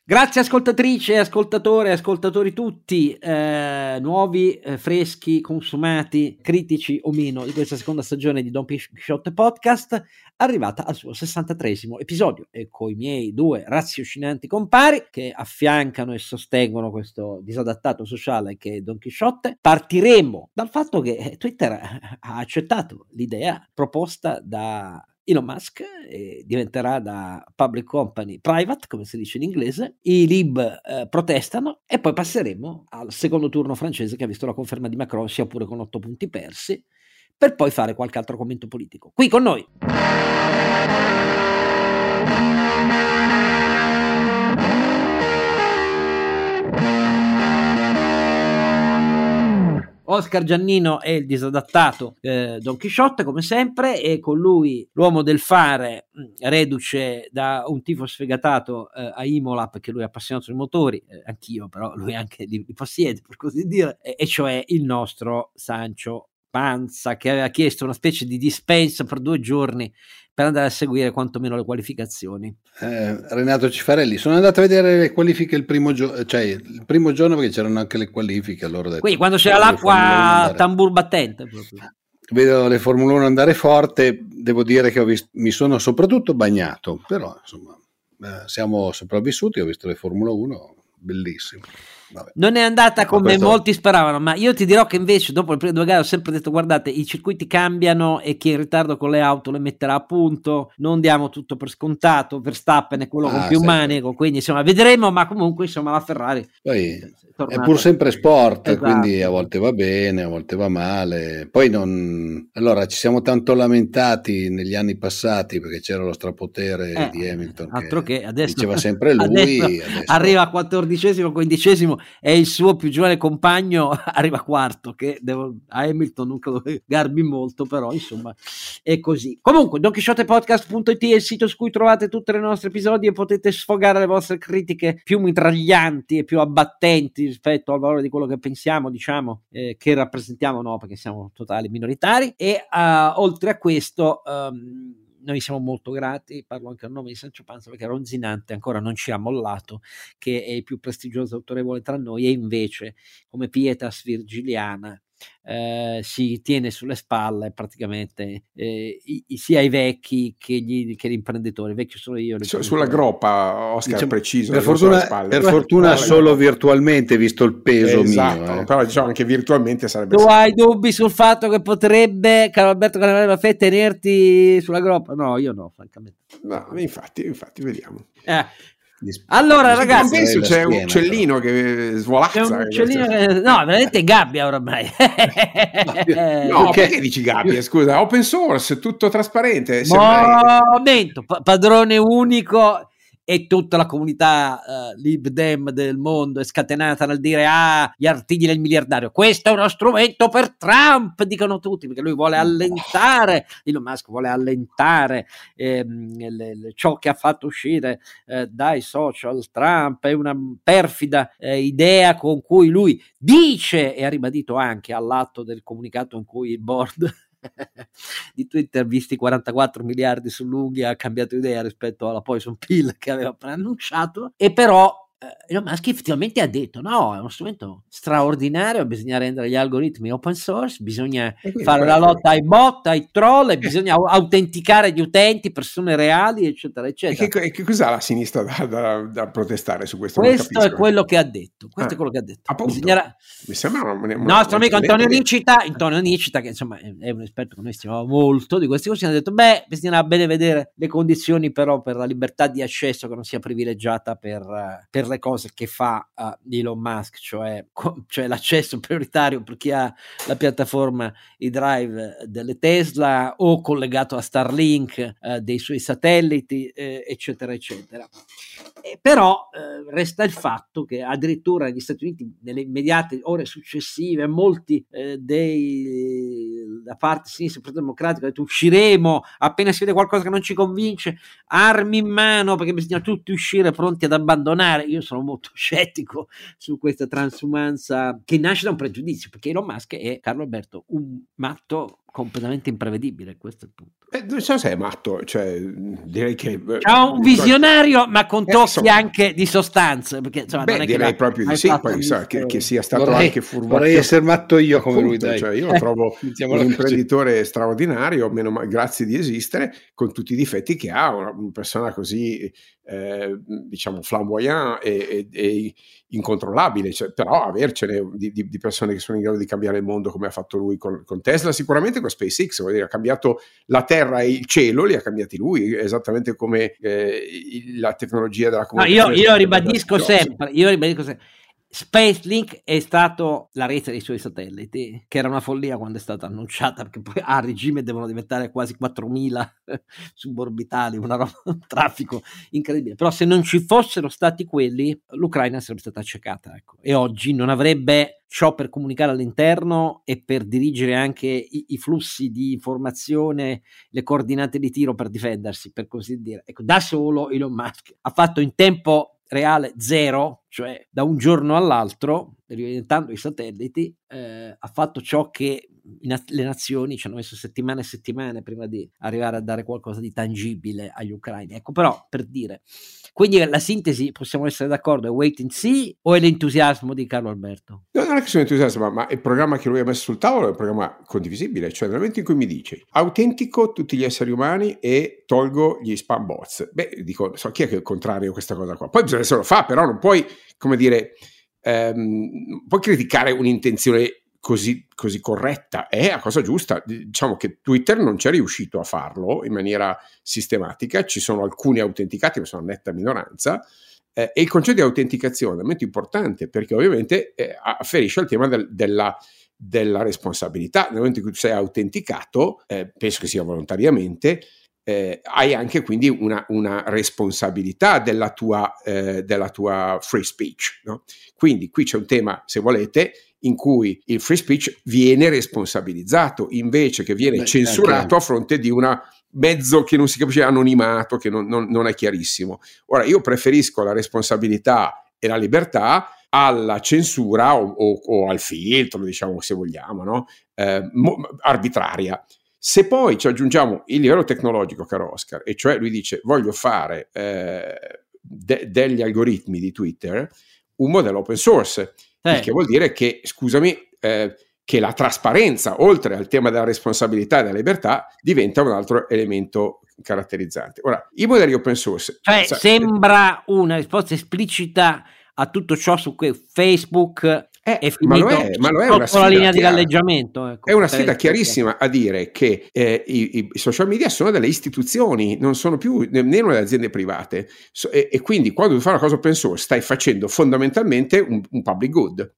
Grazie ascoltatrici e ascoltatori tutti, nuovi, freschi, consumati, critici o meno di questa seconda stagione di Don Chisciotte Podcast, arrivata al suo 63esimo episodio, e con i miei due raziocinanti compari che affiancano e sostengono questo disadattato sociale che è Don Chisciotte, partiremo dal fatto che Twitter ha accettato l'idea proposta da Elon Musk e diventerà da public company private, come si dice in inglese. I lib protestano e poi passeremo al secondo turno francese, che ha visto la conferma di Macron, sia pure con 8 punti persi, per poi fare qualche altro commento politico. Qui con noi Oscar Giannino è il disadattato Don Chisciotte, come sempre, e con lui l'uomo del fare, reduce da un tifo sfegatato a Imola, perché lui è appassionato di motori, anch'io, però lui anche li possiede, per così dire, e cioè il nostro Sancio Panza, che aveva chiesto una specie di dispensa per 2 giorni per andare a seguire quantomeno le qualificazioni. Renato Cifarelli, sono andato a vedere le qualifiche il primo giorno, perché c'erano anche le qualifiche, allora ho detto, quindi quando c'era l'acqua tambur battente proprio. Vedo le Formula 1 andare forte, devo dire che mi sono soprattutto bagnato, però insomma siamo sopravvissuti, ho visto le Formula 1, bellissimo. Vabbè. Non è andata come molti speravano, ma io ti dirò che invece dopo le prime 2 gare ho sempre detto: guardate, i circuiti cambiano e chi è in ritardo con le auto le metterà a punto, non diamo tutto per scontato. Verstappen è quello con più manico, quindi insomma vedremo, ma comunque insomma la Ferrari poi è pur sempre sport, esatto. Quindi a volte va bene, a volte va male. Poi allora ci siamo tanto lamentati negli anni passati perché c'era lo strapotere di Hamilton, altro che adesso diceva sempre lui, adesso arriva a 14esimo, 15esimo e il suo più giovane compagno arriva quarto, che a Hamilton non credo che garbi molto, però insomma è così. Comunque DonChisciottepodcast.it è il sito su cui trovate tutti i nostri episodi e potete sfogare le vostre critiche più mitraglianti e più abbattenti rispetto al valore di quello che pensiamo, diciamo, che rappresentiamo, no, perché siamo totali minoritari. E oltre a questo noi siamo molto grati, parlo anche a nome di Sancio Panza, perché Ronzinante ancora non ci ha mollato, che è il più prestigioso e autorevole tra noi, e invece come pietas virgiliana si tiene sulle spalle praticamente sia i vecchi che gli imprenditori. Vecchio sono io, sulla groppa, Oscar, diciamo, preciso, per fortuna solo virtualmente, visto il peso mio, però diciamo anche virtualmente sarebbe. Tu hai dubbi sul fatto che potrebbe Carlo Alberto Canevari tenerti sulla groppa? No, io no, francamente. No, infatti vediamo. Allora ragazzi, penso c'è un uccellino che svolazza, c'è un uccellino no, veramente gabbia oramai. No, perché dici gabbia? Scusa, open source, tutto trasparente. Momento, padrone unico, e tutta la comunità libdem del mondo è scatenata nel dire: gli artigli del miliardario, questo è uno strumento per Trump, dicono tutti, perché lui vuole allentare, Elon Musk vuole allentare ciò che ha fatto uscire dai social Trump. È una perfida idea con cui lui dice, e ha ribadito anche all'atto del comunicato in cui il board di Twitter, visti 44 miliardi sull'unghia, ha cambiato idea rispetto alla Poison Pill che aveva appena annunciato. E però Elon Musk effettivamente ha detto: no, è uno strumento straordinario, bisogna rendere gli algoritmi open source, bisogna fare la lotta ai bot, ai troll, e bisogna autenticare gli utenti, persone reali, eccetera eccetera. E che cos'ha la sinistra da protestare su questo? Questo è quello che ha detto. Questo è quello che ha detto. Mi sembra il nostro amico Antonio Nicita, che insomma è un esperto che noi stimiamo molto di questi cose, ha detto: bisogna bene vedere le condizioni però per la libertà di accesso, che non sia privilegiata per le cose che fa Elon Musk, cioè l'accesso prioritario per chi ha la piattaforma iDrive delle Tesla o collegato a Starlink dei suoi satelliti, eccetera eccetera. Però resta il fatto che addirittura negli Stati Uniti, nelle immediate ore successive, molti da parte sinistra e democratica, detto: usciremo appena si vede qualcosa che non ci convince, armi in mano, perché bisogna tutti uscire pronti ad abbandonare. Io sono molto scettico su questa transumanza che nasce da un pregiudizio, perché Elon Musk è, Carlo Alberto, un matto completamente imprevedibile, questo è il punto. Non so se è matto, cioè direi che c'ha un visionario, ma con tocchi anche di sostanza, perché insomma, non è direi che proprio di sì, poi che sia stato anche furbato. Vorrei essere matto io come lui, dai. Cioè io lo trovo un imprenditore straordinario, grazie di esistere, con tutti i difetti che ha, una persona così diciamo flamboyant e incontrollabile, cioè, però avercene di persone che sono in grado di cambiare il mondo come ha fatto lui con Tesla, sicuramente con SpaceX, vuol dire, ha cambiato la terra e il cielo, li ha cambiati lui, esattamente come la tecnologia della comunicazione. Io ribadisco sempre, Spacelink è stato la rete dei suoi satelliti, che era una follia quando è stata annunciata, perché poi a regime devono diventare quasi 4.000 suborbitali, un traffico incredibile. Però se non ci fossero stati quelli, l'Ucraina sarebbe stata accecata, ecco. E oggi non avrebbe ciò per comunicare all'interno e per dirigere anche i flussi di informazione, le coordinate di tiro per difendersi, per così dire. Ecco, da solo Elon Musk ha fatto in tempo reale zero, cioè da un giorno all'altro, riorientando i satelliti, ha fatto ciò che le nazioni ci hanno messo settimane e settimane prima di arrivare a dare qualcosa di tangibile agli ucraini. Ecco, però, per dire, quindi la sintesi, possiamo essere d'accordo, è wait and see o è l'entusiasmo di Carlo Alberto? No, non è che sono entusiasta, ma il programma che lui ha messo sul tavolo è un programma condivisibile, cioè nel momento in cui mi dice autentico tutti gli esseri umani e tolgo gli spam bots, dico, so chi è che è contrario a questa cosa qua, poi bisogna se lo fa, però non puoi, come dire, puoi criticare un'intenzione così corretta, è la cosa giusta. Diciamo che Twitter non c'è riuscito a farlo in maniera sistematica, ci sono alcuni autenticati ma sono una netta minoranza, e il concetto di autenticazione è molto importante perché ovviamente afferisce al tema della responsabilità. Nel momento in cui tu sei autenticato, penso che sia volontariamente, hai anche quindi una responsabilità della tua free speech, no? Quindi qui c'è un tema, se volete, in cui il free speech viene responsabilizzato invece che viene censurato a fronte di una mezzo che non si capisce, anonimato, che non è chiarissimo. Ora, io preferisco la responsabilità e la libertà alla censura o al filtro, diciamo, se vogliamo, no? Arbitraria. Se poi ci aggiungiamo il livello tecnologico, caro Oscar, e cioè lui dice voglio fare degli algoritmi di Twitter un modello open source, il che vuol dire che, scusami, che la trasparenza, oltre al tema della responsabilità e della libertà, diventa un altro elemento caratterizzante. Ora, i modelli open source... Cioè, sembra una risposta esplicita a tutto ciò su cui Facebook è finito ma lo è una sotto la linea di galleggiamento. Ecco, è una sfida chiarissima a dire che i social media sono delle istituzioni, non sono più nemmeno delle aziende private, e quindi quando tu fai una cosa open source stai facendo fondamentalmente un public good,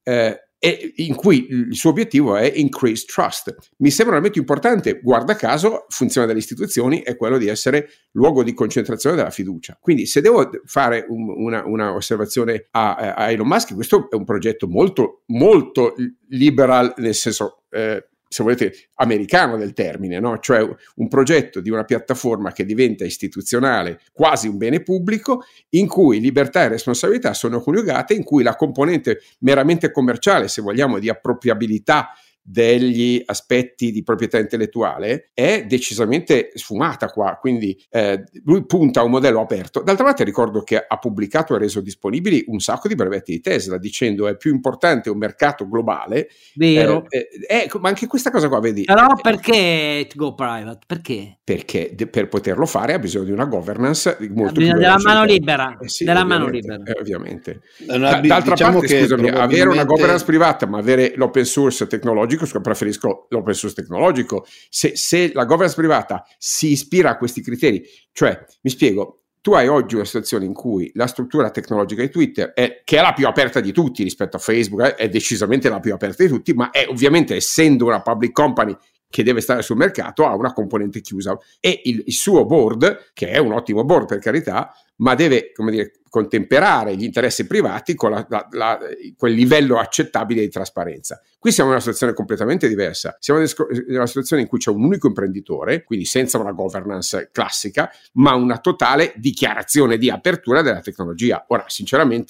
e in cui il suo obiettivo è increase trust. Mi sembra veramente importante, guarda caso, funzione delle istituzioni è quello di essere luogo di concentrazione della fiducia. Quindi se devo fare una osservazione a Elon Musk, questo è un progetto molto, molto liberal, nel senso se volete americano del termine, no? Cioè un progetto di una piattaforma che diventa istituzionale, quasi un bene pubblico, in cui libertà e responsabilità sono coniugate, in cui la componente meramente commerciale, se vogliamo, di appropriabilità degli aspetti di proprietà intellettuale è decisamente sfumata qua, quindi lui punta a un modello aperto. D'altra parte ricordo che ha pubblicato e reso disponibili un sacco di brevetti di Tesla dicendo è più importante un mercato globale. Vero. Ma anche questa cosa qua, vedi. Però perché go private? Perché? Perché per poterlo fare ha bisogno di una governance molto più della mano libera. Sì, della mano libera. Ovviamente. D'altra diciamo parte, scusami, avere una governance privata ma avere l'open source tecnologico, preferisco l'open source tecnologico. Se la governance privata si ispira a questi criteri, cioè, mi spiego, tu hai oggi una situazione in cui la struttura tecnologica di Twitter che è la più aperta di tutti rispetto a Facebook, è decisamente la più aperta di tutti, ma è ovviamente, essendo una public company che deve stare sul mercato, ha una componente chiusa, e il suo board, che è un ottimo board per carità, ma deve, come dire, contemperare gli interessi privati con quel livello accettabile di trasparenza. Qui siamo in una situazione completamente diversa, siamo in una situazione in cui c'è un unico imprenditore, quindi senza una governance classica, ma una totale dichiarazione di apertura della tecnologia. Ora, sinceramente,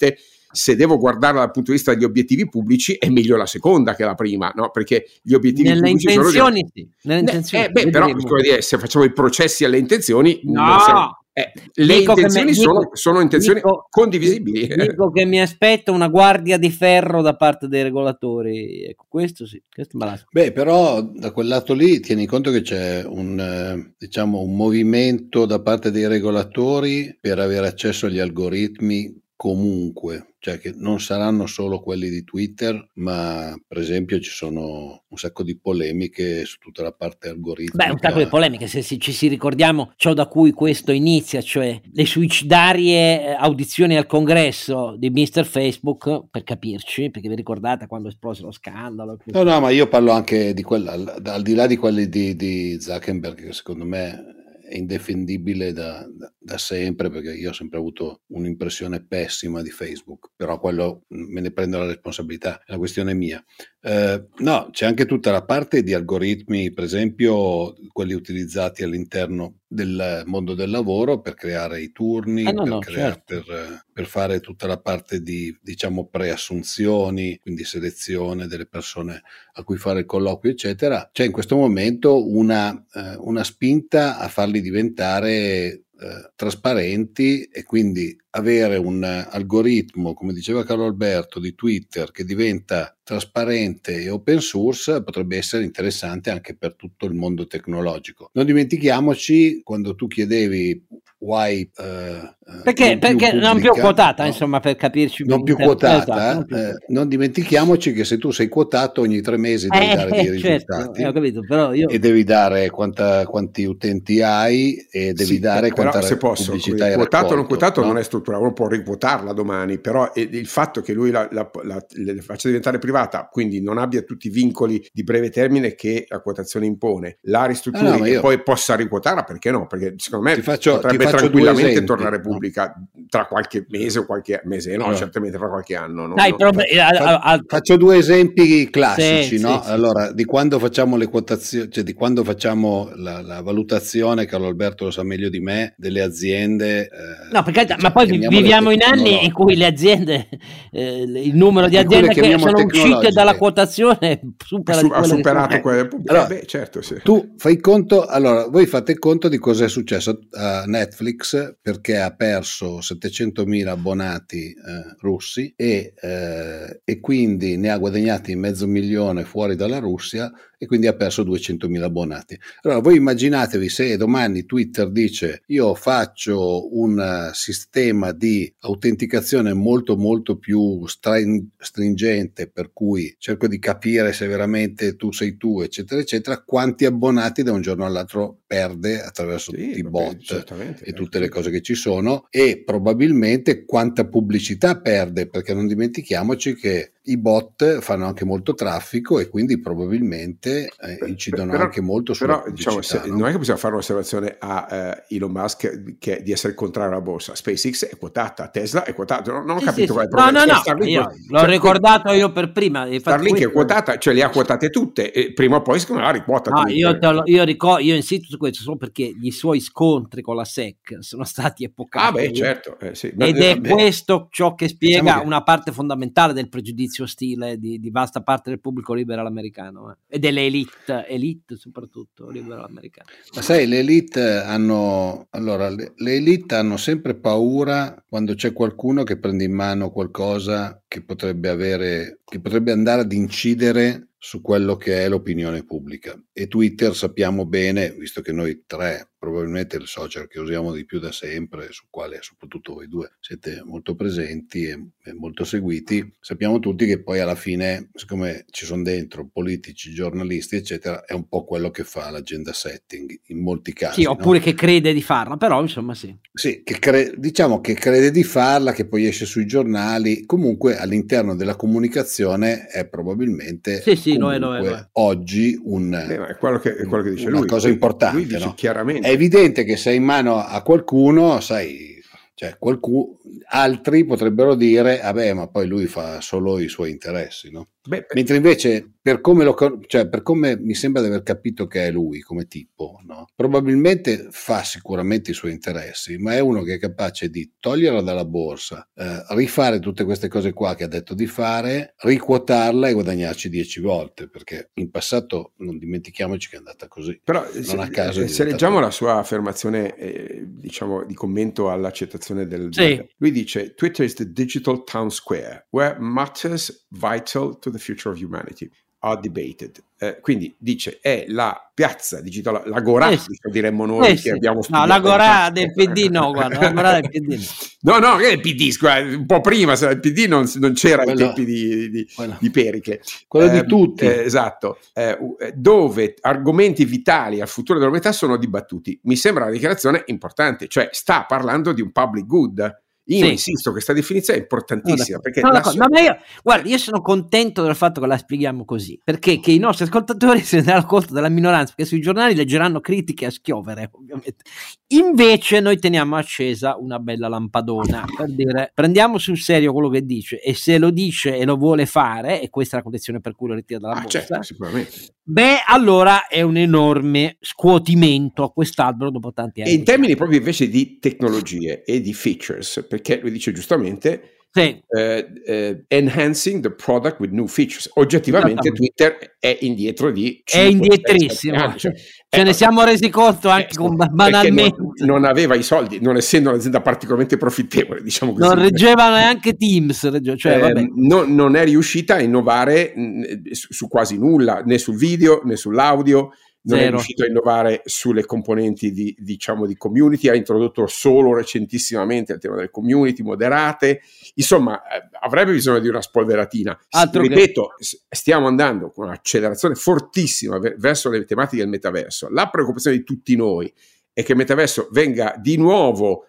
se devo guardarla dal punto di vista degli obiettivi pubblici è meglio la seconda che la prima, no? Perché gli obiettivi nelle pubblici intenzioni sono sì, nelle intenzioni però come dire, se facciamo i processi alle intenzioni no, le intenzioni sono intenzioni condivisibili. Dico che mi aspetto una guardia di ferro da parte dei regolatori, ecco, questo sì, questo me l'aspetto. Beh, però da quel lato lì tieni conto che c'è diciamo un movimento da parte dei regolatori per avere accesso agli algoritmi comunque, cioè che non saranno solo quelli di Twitter, ma per esempio ci sono un sacco di polemiche su tutta la parte algoritmica. Beh, un sacco di polemiche, se ci si ricordiamo ciò da cui questo inizia, cioè le suicidarie audizioni al congresso di Mr. Facebook, per capirci, perché vi ricordate quando esplose lo scandalo? No, ma io parlo anche di quella, al di là di quelli di Zuckerberg, che secondo me è indefendibile da sempre, perché io ho sempre avuto un'impressione pessima di Facebook, però quello me ne prendo la responsabilità, è una questione mia. No, c'è anche tutta la parte di algoritmi, per esempio quelli utilizzati all'interno del mondo del lavoro per creare i turni, certo. per fare tutta la parte di, diciamo, preassunzioni, quindi selezione delle persone a cui fare il colloquio, eccetera. C'è in questo momento una spinta a farli diventare trasparenti, e quindi avere un algoritmo, come diceva Carlo Alberto, di Twitter che diventa trasparente e open source potrebbe essere interessante anche per tutto il mondo tecnologico. Non dimentichiamoci, quando tu chiedevi why perché non più quotata, no? Insomma, per capirci, non più quotata, esatto, non più quotata. Non dimentichiamoci che se tu sei quotato ogni 3 mesi devi dare dei risultati, ho capito, però e devi dare quanti utenti hai, e devi dare quanta pubblicità hai quotato o non quotato, no? Non è strutturale, uno può riquotarla domani, però il fatto che lui la faccia diventare privata, quindi non abbia tutti i vincoli di breve termine che la quotazione impone, la ristrutturi e poi possa riquotarla, perché no? Perché secondo me potrebbe tranquillamente tornare pubblica tra qualche mese o qualche mese, no, certamente tra qualche anno. Faccio 2 esempi classici, sì, no? Sì, allora, di quando facciamo le quotazioni, cioè di quando facciamo la valutazione, Carlo Alberto lo sa meglio di me, delle aziende. No, perché, ma poi viviamo in anni in cui le aziende, il numero di aziende che sono uscite dalla quotazione ha superato quelle pubbliche. Allora, certo, sì. Tu fai conto, allora voi fate conto di cosa è successo a Netflix, perché ha perso 700.000 abbonati russi e quindi ne ha guadagnati 500.000 fuori dalla Russia, e quindi ha perso 200.000 abbonati. Allora voi immaginatevi se domani Twitter dice: io faccio un sistema di autenticazione molto molto più stringente, per cui cerco di capire se veramente tu sei tu, eccetera eccetera, quanti abbonati da un giorno all'altro perde attraverso tutti i bot e tutte le cose che ci sono, e probabilmente quanta pubblicità perde, perché non dimentichiamoci che i bot fanno anche molto traffico e quindi probabilmente incidono anche molto sulla pubblicità. Diciamo, no? Non è che possiamo fare un'osservazione a Elon Musk che di essere contrario alla borsa. SpaceX è quotata, Tesla è quotata, non ho capito qual è il problema. No, l'ho ricordato io per prima. Starlink è quotata, cioè le ha quotate tutte, e prima o poi secondo me la riquota. No, io insisto su questo solo perché gli suoi scontri con la SEC sono stati epocali. Certo. Sì. Ed è questo ciò che spiega una parte fondamentale del pregiudizio ostile di vasta parte del pubblico liberal americano e delle elite soprattutto liberal americane. Ma sai, le elite hanno sempre paura quando c'è qualcuno che prende in mano qualcosa che potrebbe andare ad incidere su quello che è l'opinione pubblica. E Twitter, sappiamo bene, visto che noi tre, probabilmente il social che usiamo di più da sempre, su quale soprattutto voi due siete molto presenti e molto seguiti, sappiamo tutti che poi alla fine, siccome ci sono dentro politici, giornalisti eccetera, è un po' quello che fa l'agenda setting in molti casi. Sì, oppure che crede di farla, però insomma sì, diciamo che crede di farla, che poi esce sui giornali, comunque all'interno della comunicazione è probabilmente lo è. oggi è quello che dice una lui, cosa importante. Lui dice chiaramente. È evidente che sei in mano a qualcuno, sai, cioè altri potrebbero dire: vabbè, ma poi lui fa solo i suoi interessi, no? Mentre invece per come mi sembra di aver capito che è lui come tipo, no? Probabilmente fa sicuramente i suoi interessi, ma è uno che è capace di toglierla dalla borsa, rifare tutte queste cose qua che ha detto di fare, riquotarla e guadagnarci 10 volte, perché in passato non dimentichiamoci che è andata così. Però non a caso se leggiamo la sua affermazione diciamo di commento all'accettazione lui dice: Twitter is the digital town square where matters vital to the future of humanity are debated. Quindi dice è la piazza digitale, l'agorà, diremmo noi che abbiamo studiato. No, l'agorà del PD no, guarda, l'agorà del PD no, che è il PD, un po' prima, il PD non c'era ai tempi di Pericle. Quello di tutti. Esatto. Dove argomenti vitali al futuro dell'umanità sono dibattuti. Mi sembra una dichiarazione importante, cioè sta parlando di un public good. Io insisto, questa definizione è importantissima. Perché io sono contento del fatto che la spieghiamo così, perché che i nostri ascoltatori si renderanno conto della minoranza, perché sui giornali leggeranno critiche a schiovere, ovviamente. Invece noi teniamo accesa una bella lampadona per dire: prendiamo sul serio quello che dice, e se lo dice e lo vuole fare, e questa è la condizione per cui lo ritira dalla borsa, certo, sicuramente. Allora è un enorme scuotimento a quest'albero dopo tanti anni. E in termini proprio invece di tecnologie e di features, perché lui dice giustamente enhancing the product with new features. Oggettivamente Twitter è indietro di 5, è indietrissimo, ce ne siamo resi conto anche banalmente. Non aveva i soldi, non essendo un'azienda particolarmente profittevole, diciamo così. Non reggeva neanche Teams, non è riuscita a innovare su quasi nulla, né sul video né sull'audio. Non è riuscito a innovare sulle componenti di community, ha introdotto solo recentissimamente il tema delle community moderate, insomma avrebbe bisogno di una spolveratina. Ripeto, stiamo andando con un'accelerazione fortissima verso le tematiche del metaverso. La preoccupazione di tutti noi è che il metaverso venga di nuovo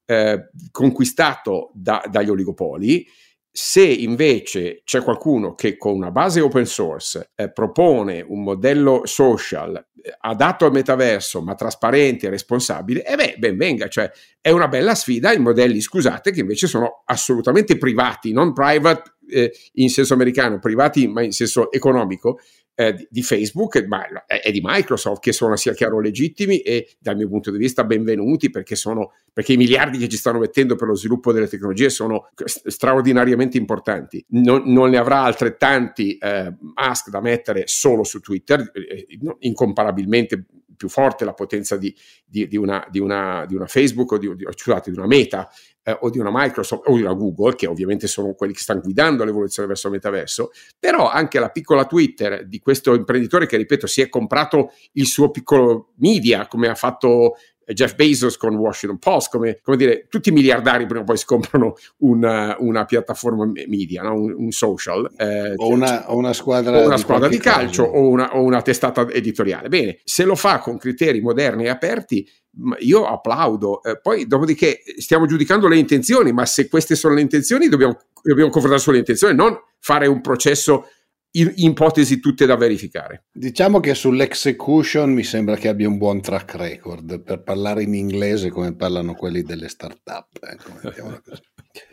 conquistato dagli oligopoli. Se invece c'è qualcuno che con una base open source propone un modello social adatto al metaverso ma trasparente e responsabile, ben venga, cioè è una bella sfida in modelli, scusate, che invece sono assolutamente privati, non private in senso americano, privati ma in senso economico, di Facebook e di Microsoft, che sono, sia chiaro, legittimi e dal mio punto di vista benvenuti, perché i miliardi che ci stanno mettendo per lo sviluppo delle tecnologie sono straordinariamente importanti. Non ne avrà altrettanti Musk da mettere solo su Twitter, incomparabilmente più forte la potenza di una Facebook o di una Meta o di una Microsoft o di una Google, che ovviamente sono quelli che stanno guidando l'evoluzione verso il metaverso, però anche la piccola Twitter di questo imprenditore che, ripeto, si è comprato il suo piccolo media, come ha fatto Jeff Bezos con Washington Post, come dire, tutti i miliardari prima o poi si comprano una piattaforma media, no? un social, o una squadra di calcio o una testata editoriale. Bene, se lo fa con criteri moderni e aperti, io applaudo. Poi dopodiché stiamo giudicando le intenzioni, ma se queste sono le intenzioni dobbiamo confrontare sulle intenzioni, non fare un processo ipotesi tutte da verificare. Diciamo che sull'execution mi sembra che abbia un buon track record, per parlare in inglese come parlano quelli delle start-up, mettiamola così.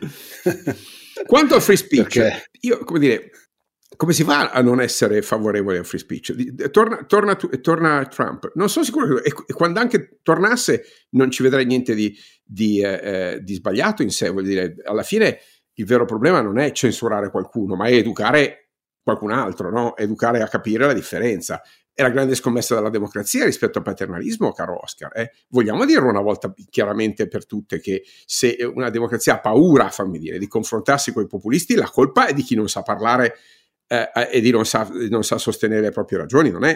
Quanto al free speech, io, come si fa a non essere favorevole al free speech? Torna Trump. Non sono sicuro e quando anche tornasse non ci vedrei niente di sbagliato in sé. Vuol dire, alla fine il vero problema non è censurare qualcuno, ma è educare qualcun altro, no? Educare a capire la differenza. È la grande scommessa della democrazia rispetto al paternalismo, caro Oscar. Vogliamo dire una volta chiaramente per tutte che se una democrazia ha paura, fammi dire, di confrontarsi con i populisti, la colpa è di chi non sa parlare e di non sa sostenere le proprie ragioni. Non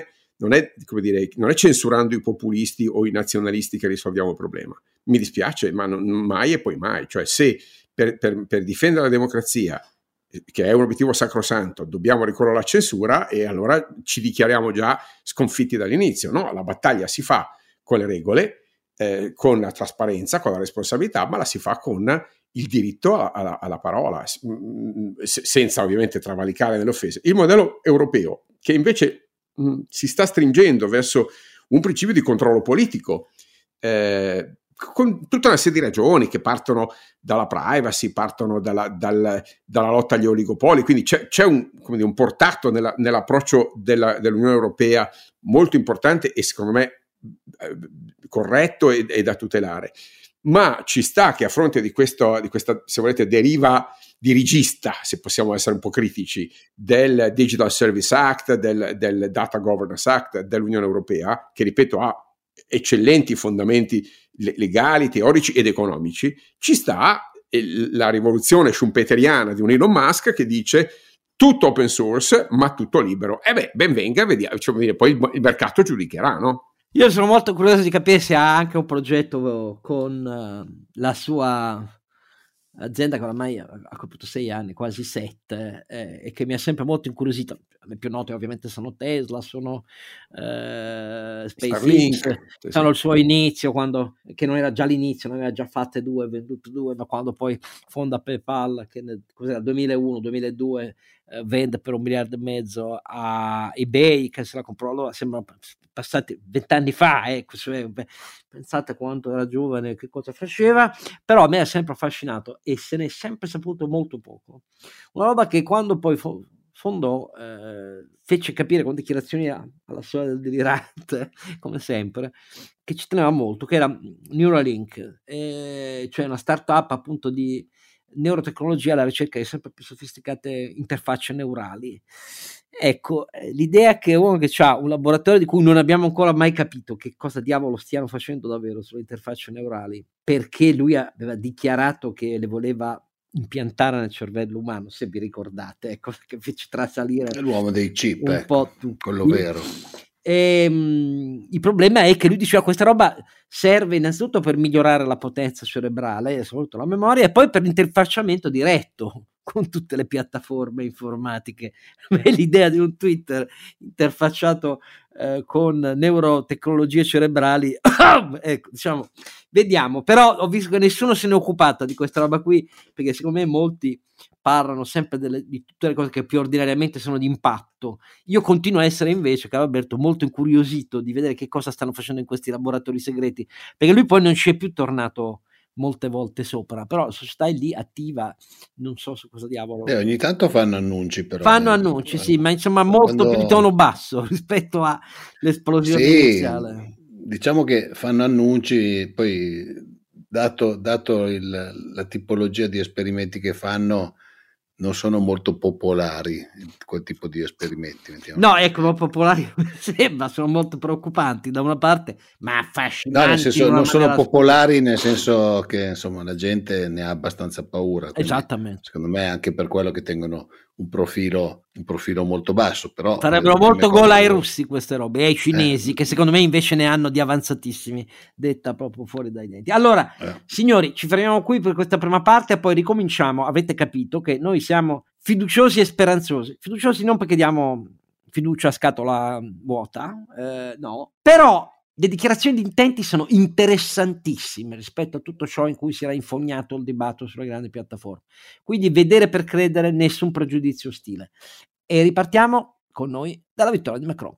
è censurando i populisti o i nazionalisti che risolviamo il problema. Mi dispiace, ma mai e poi mai. Cioè, se per difendere la democrazia, che è un obiettivo sacrosanto, dobbiamo ricorrere alla censura, e allora ci dichiariamo già sconfitti dall'inizio. No, la battaglia si fa con le regole, con la trasparenza, con la responsabilità, ma la si fa con il diritto alla parola, senza ovviamente travalicare nelle offese. Il modello europeo, che invece si sta stringendo verso un principio di controllo politico, con tutta una serie di ragioni che partono dalla privacy, partono dalla lotta agli oligopoli, quindi c'è un portato nell'approccio dell'Unione Europea molto importante e secondo me corretto e da tutelare. Ma ci sta che a fronte di questa, se volete, deriva dirigista, se possiamo essere un po' critici, del Digital Service Act, del Data Governance Act dell'Unione Europea, che ripeto ha eccellenti fondamenti legali, teorici ed economici, ci sta la rivoluzione schumpeteriana di un Elon Musk che dice tutto open source ma tutto libero. Ben venga, vediamo, poi il mercato giudicherà, no? Io sono molto curioso di capire se ha anche un progetto con la sua azienda che oramai ha compiuto 6 anni, quasi 7, e che mi ha sempre molto incuriosito. Le più note ovviamente sono Tesla, sono SpaceX, sono il suo inizio, che non era già l'inizio, ne aveva già fatte 2, vendute 2, ma quando poi fonda PayPal, che cos'era, 2001-2002, vende per $1,5 miliardi a eBay, che se la comprò. Allora sembrano passati 20 anni fa, pensate quanto era giovane, che cosa faceva, però a me ha sempre affascinato e se ne è sempre saputo molto poco. Una roba che quando poi fondò fece capire con dichiarazioni alla storia del delirante, come sempre, che ci teneva molto, che era Neuralink, cioè una startup appunto di neurotecnologia alla ricerca di sempre più sofisticate interfacce neurali. Ecco, l'idea che uno che ha un laboratorio di cui non abbiamo ancora mai capito che cosa diavolo stiano facendo davvero sulle interfacce neurali, perché lui aveva dichiarato che le voleva impiantare nel cervello umano, se vi ricordate, ecco, che fece trasalire è l'uomo dei chip, un po' tutti. Quello vero. Il problema è che lui diceva questa roba serve innanzitutto per migliorare la potenza cerebrale e soprattutto la memoria, e poi per l'interfacciamento diretto con tutte le piattaforme informatiche. L'idea di un Twitter interfacciato con neurotecnologie cerebrali ecco, diciamo, vediamo, però ho visto che nessuno se ne è occupato di questa roba qui, perché secondo me molti parlano sempre di tutte le cose che più ordinariamente sono di impatto. Io continuo a essere invece, caro Alberto, molto incuriosito di vedere che cosa stanno facendo in questi laboratori segreti, perché lui poi non ci è più tornato molte volte sopra, però la società è lì attiva, non so su cosa diavolo. Ogni tanto fanno annunci, però. Fanno annunci, sì, ma insomma molto più di tono basso rispetto all'esplosione iniziale. Diciamo che fanno annunci, poi dato la tipologia di esperimenti che fanno, non sono molto popolari quel tipo di esperimenti. No, ecco, popolari sembra, sono molto preoccupanti da una parte, ma affascinanti. No, nel senso, non sono popolari nel senso che insomma la gente ne ha abbastanza paura. Esattamente. Secondo me anche per quello che tengono un profilo molto basso, però farebbero molto gol ai russi queste robe e ai cinesi, che secondo me invece ne hanno di avanzatissimi, detta proprio fuori dai denti. Allora, signori, ci fermiamo qui per questa prima parte e poi ricominciamo. Avete capito che noi siamo fiduciosi e speranzosi. Fiduciosi non perché diamo fiducia a scatola vuota, no, però le dichiarazioni di intenti sono interessantissime rispetto a tutto ciò in cui si era infognato il dibattito sulle grandi piattaforme. Quindi vedere per credere, nessun pregiudizio ostile. E ripartiamo con noi dalla vittoria di Macron.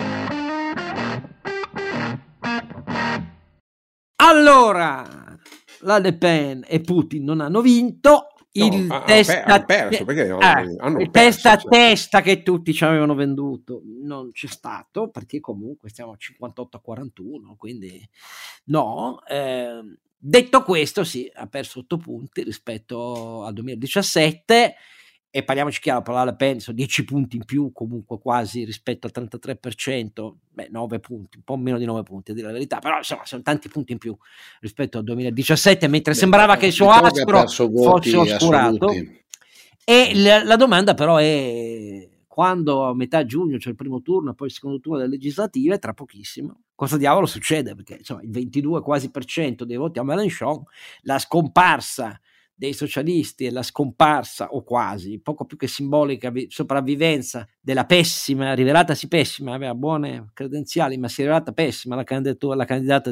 Allora, la Le Pen e Putin non hanno vinto. Hanno perso perché hanno perso, a testa che tutti ci avevano venduto non c'è stato, perché comunque stiamo a 58-41, quindi no. Detto questo, sì, ha perso 8 punti rispetto al 2017 e parliamoci chiaro, per la Le Pen sono 10 punti in più comunque quasi rispetto al 33%, 9 punti, un po' meno di 9 punti a dire la verità, però insomma sono tanti punti in più rispetto al 2017, mentre sembrava che il suo astro fosse oscurato. E la domanda però è: quando a metà giugno c'è il primo turno e poi il secondo turno delle legislative, tra pochissimo, cosa diavolo succede? Perché insomma il 22 quasi per cento dei voti a Mélenchon, la scomparsa dei socialisti e la scomparsa, o quasi, poco più che simbolica sopravvivenza della pessima, rivelatasi pessima, aveva buone credenziali, ma si è rivelata pessima la candidata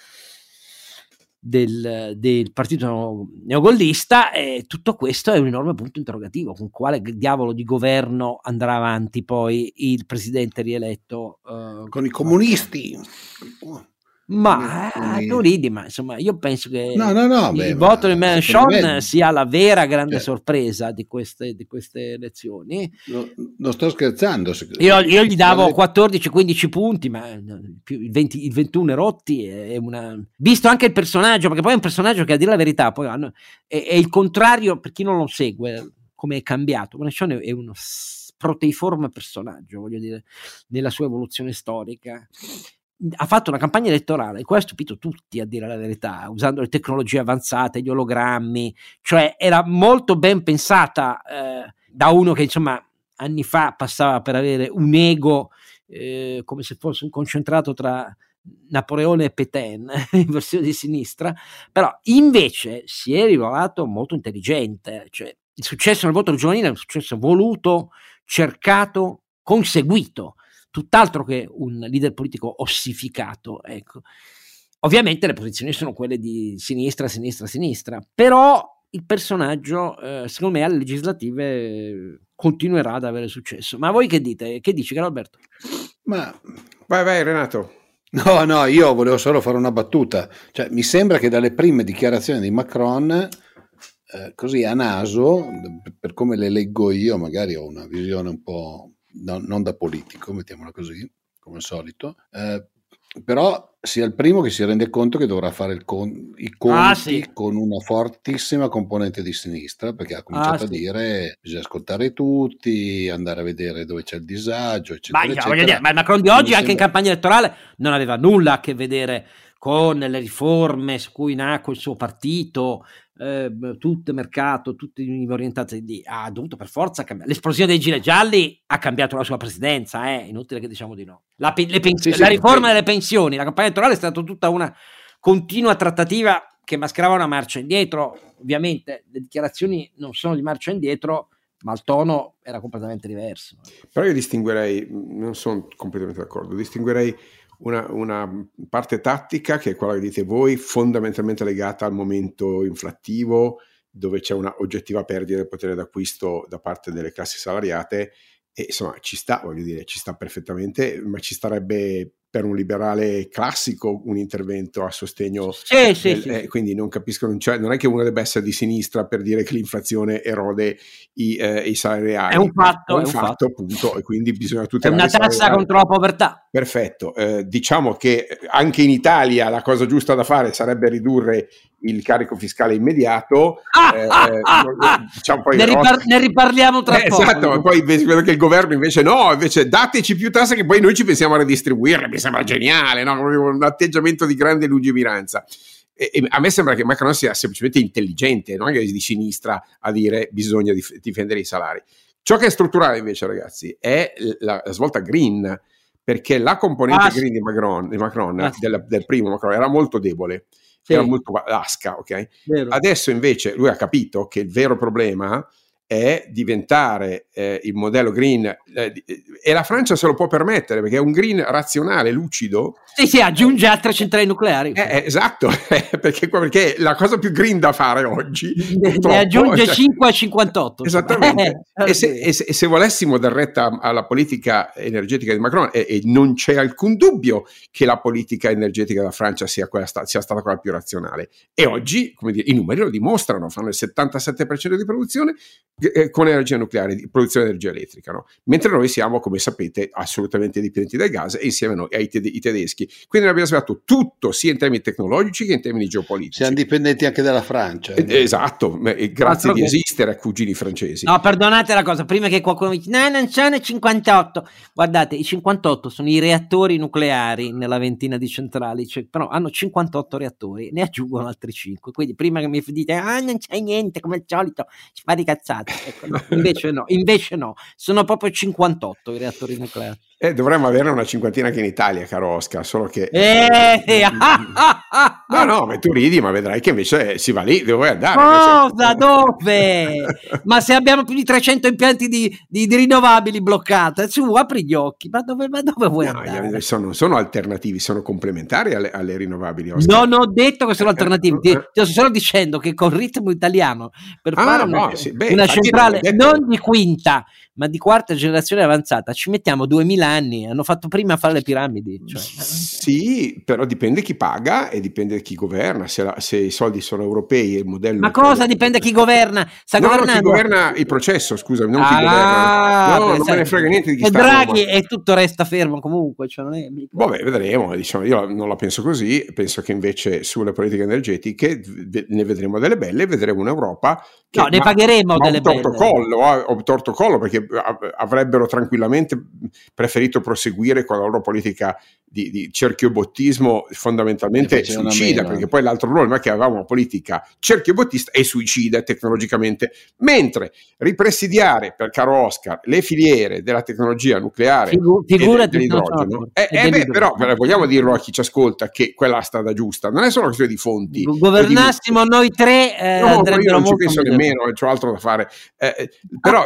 del partito neogollista, e tutto questo è un enorme punto interrogativo: con quale diavolo di governo andrà avanti poi il presidente rieletto? Con i comunisti. Ma tu ridi, ma insomma io penso che il voto di Mélenchon sia la vera grande sorpresa di queste elezioni. Non sto scherzando. Io gli davo 14-15 punti, ma il 21 rotti è visto anche il personaggio, perché poi è un personaggio che, a dire la verità, poi è il contrario, per chi non lo segue, come è cambiato. Mélenchon è uno proteiforme personaggio, voglio dire, nella sua evoluzione storica. Ha fatto una campagna elettorale, e qua ha stupito tutti, a dire la verità, usando le tecnologie avanzate, gli ologrammi, cioè era molto ben pensata da uno che insomma anni fa passava per avere un ego come se fosse un concentrato tra Napoleone e Pétain in versione di sinistra, però invece si è rivelato molto intelligente, cioè il successo nel voto giovanile è un successo voluto, cercato, conseguito, tutt'altro che un leader politico ossificato, ecco. Ovviamente le posizioni sono quelle di sinistra, però il personaggio secondo me alle legislative continuerà ad avere successo. Ma voi che dite? Che dici, caro Alberto? Ma vai Renato. No, io volevo solo fare una battuta, cioè mi sembra che dalle prime dichiarazioni di Macron, così a naso, per come le leggo io, magari ho una visione un po' non da politico, mettiamola così, come al solito, però sia il primo che si rende conto che dovrà fare i conti con una fortissima componente di sinistra, perché ha cominciato a dire bisogna ascoltare tutti, andare a vedere dove c'è il disagio, eccetera, eccetera. Voglio dire, ma il Macron di oggi, anche in campagna elettorale, non aveva nulla a che vedere con le riforme su cui nacque il suo partito, tutto mercato, tutti orientati lì. Ha dovuto per forza cambiare. L'esplosione dei gilet gialli ha cambiato la sua presidenza, inutile che diciamo di no. La riforma delle pensioni, la campagna elettorale è stata tutta una continua trattativa che mascherava una marcia indietro. Ovviamente le dichiarazioni non sono di marcia indietro, ma il tono era completamente diverso. Però io distinguerei, non sono completamente d'accordo, distinguerei una parte tattica, che è quella che dite voi, fondamentalmente legata al momento inflattivo, dove c'è una oggettiva perdita del potere d'acquisto da parte delle classi salariate, e insomma ci sta perfettamente, ma ci starebbe per un liberale classico un intervento a sostegno quindi non capisco, non è che uno debba essere di sinistra per dire che l'inflazione erode i salari reali, è un fatto appunto, e quindi bisogna tutelare, è una tassa contro la povertà. Perfetto, diciamo che anche in Italia la cosa giusta da fare sarebbe ridurre il carico fiscale immediato, diciamo, poi ne riparliamo tra poco. Esatto, ma poi vedo che il governo invece dateci più tasse che poi noi ci pensiamo a redistribuirle. Mi sembra geniale, no? Un atteggiamento di grande lungimiranza. E a me sembra che Macron sia semplicemente intelligente, non è di sinistra a dire bisogna difendere i salari. Ciò che è strutturale invece, ragazzi, è la svolta green, perché la componente green di Macron del primo Macron era molto debole. Era molto lasca, ok? Vero. Adesso invece lui ha capito che il vero problema è diventare il modello green, e la Francia se lo può permettere perché è un green razionale, lucido. Sì, aggiunge altre centrali nucleari. Esatto, perché la cosa più green da fare oggi ne aggiunge 5 a 58. Esattamente. E se volessimo dar retta alla politica energetica di Macron, e non c'è alcun dubbio che la politica energetica della Francia sia stata quella più razionale, e oggi, come dire, i numeri lo dimostrano, fanno il 77% di produzione con energia nucleare, di produzione di energia elettrica, no? Mentre noi siamo, come sapete, assolutamente dipendenti dal gas, e insieme a noi ai tedeschi. Quindi abbiamo sbagliato tutto, sia in termini tecnologici che in termini geopolitici. Siamo dipendenti anche dalla Francia. Esatto, grazie di esistere a cugini francesi. No, perdonate la cosa, prima che qualcuno mi dice no, non sono 58. Guardate, i 58 sono i reattori nucleari nella ventina di centrali, però hanno 58 reattori, ne aggiungono altri 5. Quindi prima che mi dite non c'è niente, come al solito, spari cazzate. Ecco, no, invece no, sono proprio 58 i reattori nucleari. Dovremmo averne una cinquantina anche in Italia, caro Oscar, solo che no, ma tu ridi, ma vedrai che invece si va lì, dove vuoi andare? Cosa? Dove? Ma se abbiamo più di 300 impianti di rinnovabili bloccate, su, apri gli occhi, ma dove vuoi andare? Sono alternativi, sono complementari alle rinnovabili, Oscar. Non ho detto che sono alternativi, ti sto solo dicendo che col ritmo italiano per fare una centrale non di quinta ma di quarta generazione avanzata ci mettiamo 2000 anni, hanno fatto prima a fare le piramidi. Cioè. Sì, però dipende chi paga e dipende chi governa, se i soldi sono europei e il modello... Ma cosa dipende chi governa? Sta governando... chi governa il processo, scusami, non chi governa. No, non me ne frega niente di chi sta a Draghi e tutto resta fermo comunque. Cioè non è... Vabbè, vedremo, diciamo, io non la penso così, penso che invece sulle politiche energetiche ne vedremo delle belle, vedremo un'Europa che ne pagheremo delle belle. Ho torto collo perché avrebbero tranquillamente preferito proseguire con la loro politica di cerchiobottismo fondamentalmente suicida, perché poi l'altro problema è che avevamo una politica cerchiobottista e suicida tecnologicamente, mentre ripresidiare, per caro Oscar, le filiere della tecnologia nucleare e dell'idrogeno, però vogliamo dirlo a chi ci ascolta che quella è la strada giusta, non è solo una questione di fonti. Governassimo noi tre, io non ci penso nemmeno, c'ho altro da fare, però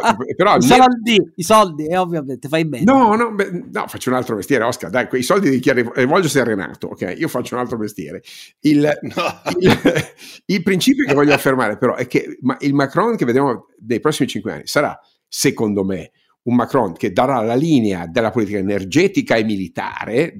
i soldi ovviamente fai bene. No, faccio un altro mestiere, Oscar, dai, quei soldi di chi rivolgersi a Renato, ok? Io faccio un altro mestiere. Il principio che voglio affermare però è che il Macron che vediamo nei prossimi 5 anni sarà, secondo me, un Macron che darà la linea della politica energetica e militare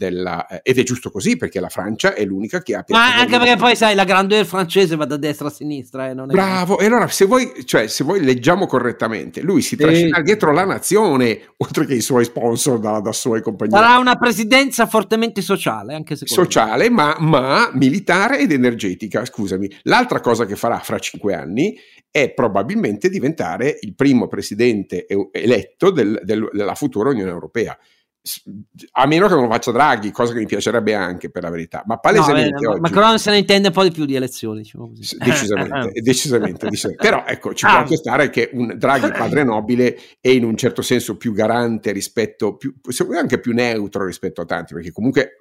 ed è giusto così, perché la Francia è l'unica che ha... Ma anche perché poi sai, la grandeur francese va da destra a sinistra, non è... Bravo, e allora se voi leggiamo correttamente, lui si trascina dietro la nazione, oltre che i suoi sponsor da suoi compagni. Sarà una presidenza fortemente sociale, anche sociale, ma militare ed energetica, scusami. L'altra cosa che farà fra 5 anni è probabilmente diventare il primo presidente eletto della futura Unione Europea, a meno che non lo faccia Draghi, cosa che mi piacerebbe anche, per la verità, ma palesemente oggi Macron se ne intende un po' di più di elezioni, diciamo così. Decisamente. Però ecco, ci può anche stare che un Draghi padre nobile è in un certo senso più garante rispetto, anche più neutro rispetto a tanti, perché comunque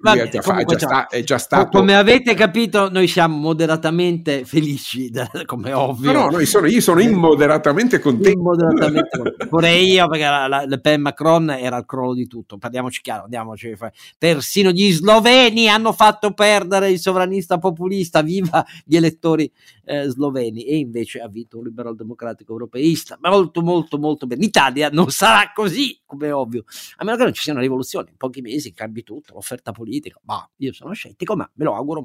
è già stato. Come avete capito, noi siamo moderatamente felici, come ovvio. Io sono immoderatamente contento. Pure io, perché Le Pen Macron era il crollo di tutto. Parliamoci chiaro, persino gli sloveni hanno fatto perdere il sovranista populista, viva gli elettori sloveni, e invece ha vinto un liberal democratico europeista molto molto molto bene. In Italia non sarà così, come ovvio, a meno che non ci sia una rivoluzione, in pochi mesi cambi tutto, l'offerta politica, io sono scettico, ma me lo auguro.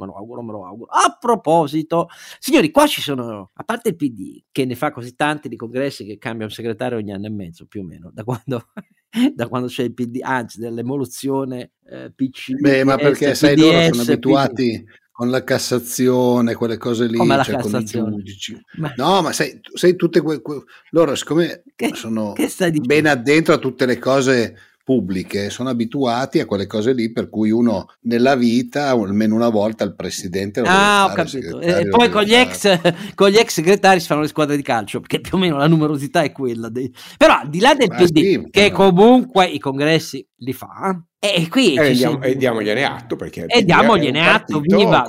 A proposito, signori, qua ci sono, a parte il PD che ne fa così tanti di congressi che cambia un segretario ogni anno e mezzo più o meno, da quando c'è il PD, anzi dell'evoluzione PC. Ma perché sai, loro sono abituati con la Cassazione, quelle cose lì, cioè con i giudici. No, ma sai tutte loro, siccome sono ben addentro a tutte le cose pubbliche, sono abituati a quelle cose lì, per cui uno nella vita almeno una volta il presidente lo ho capito. E poi con gli ex segretari si fanno le squadre di calcio, perché più o meno la numerosità è quella però al di là del PD, che comunque i congressi li fa, e qui diamogliene atto, perché diamogliene atto, viva,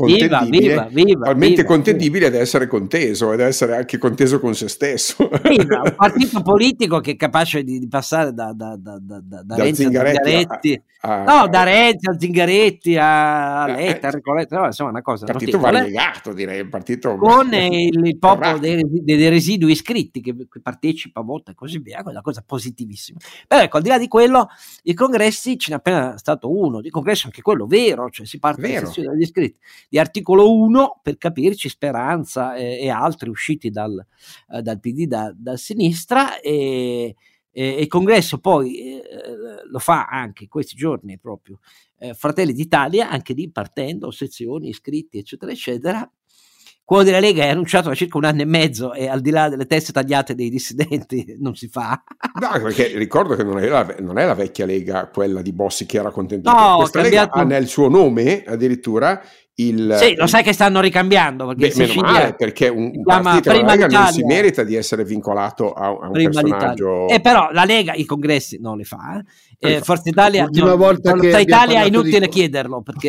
talmente contendibile da essere conteso ed essere anche conteso con se stesso. Un partito politico che è capace di passare da Renzi a Zingaretti, da Renzi a Zingaretti a Letta, insomma una cosa. Partito variegato, direi, un partito con il popolo dei residui iscritti che partecipa, vota e così via, quella cosa positivissima. Però ecco, al di là di quello, i congressi ce n'è appena stato uno di congresso, anche quello vero, cioè si parte dagli iscritti di articolo 1, per capirci, Speranza e altri usciti dal PD, da sinistra, e il congresso poi lo fa anche questi giorni proprio Fratelli d'Italia, anche lì partendo, sezioni, iscritti eccetera eccetera. Quello della Lega è annunciato da circa 1 anno e mezzo, e al di là delle teste tagliate dei dissidenti non si fa. No, perché ricordo che non è la vecchia Lega, quella di Bossi, che era contenta. Questa Lega ha nel suo nome addirittura sì, lo sai che stanno ricambiando, perché meno male, perché un partito della Lega non si merita di essere vincolato a un personaggio. Però la Lega i congressi non li fa. Forza Italia, l'ultima volta che Italia è inutile chiederlo, perché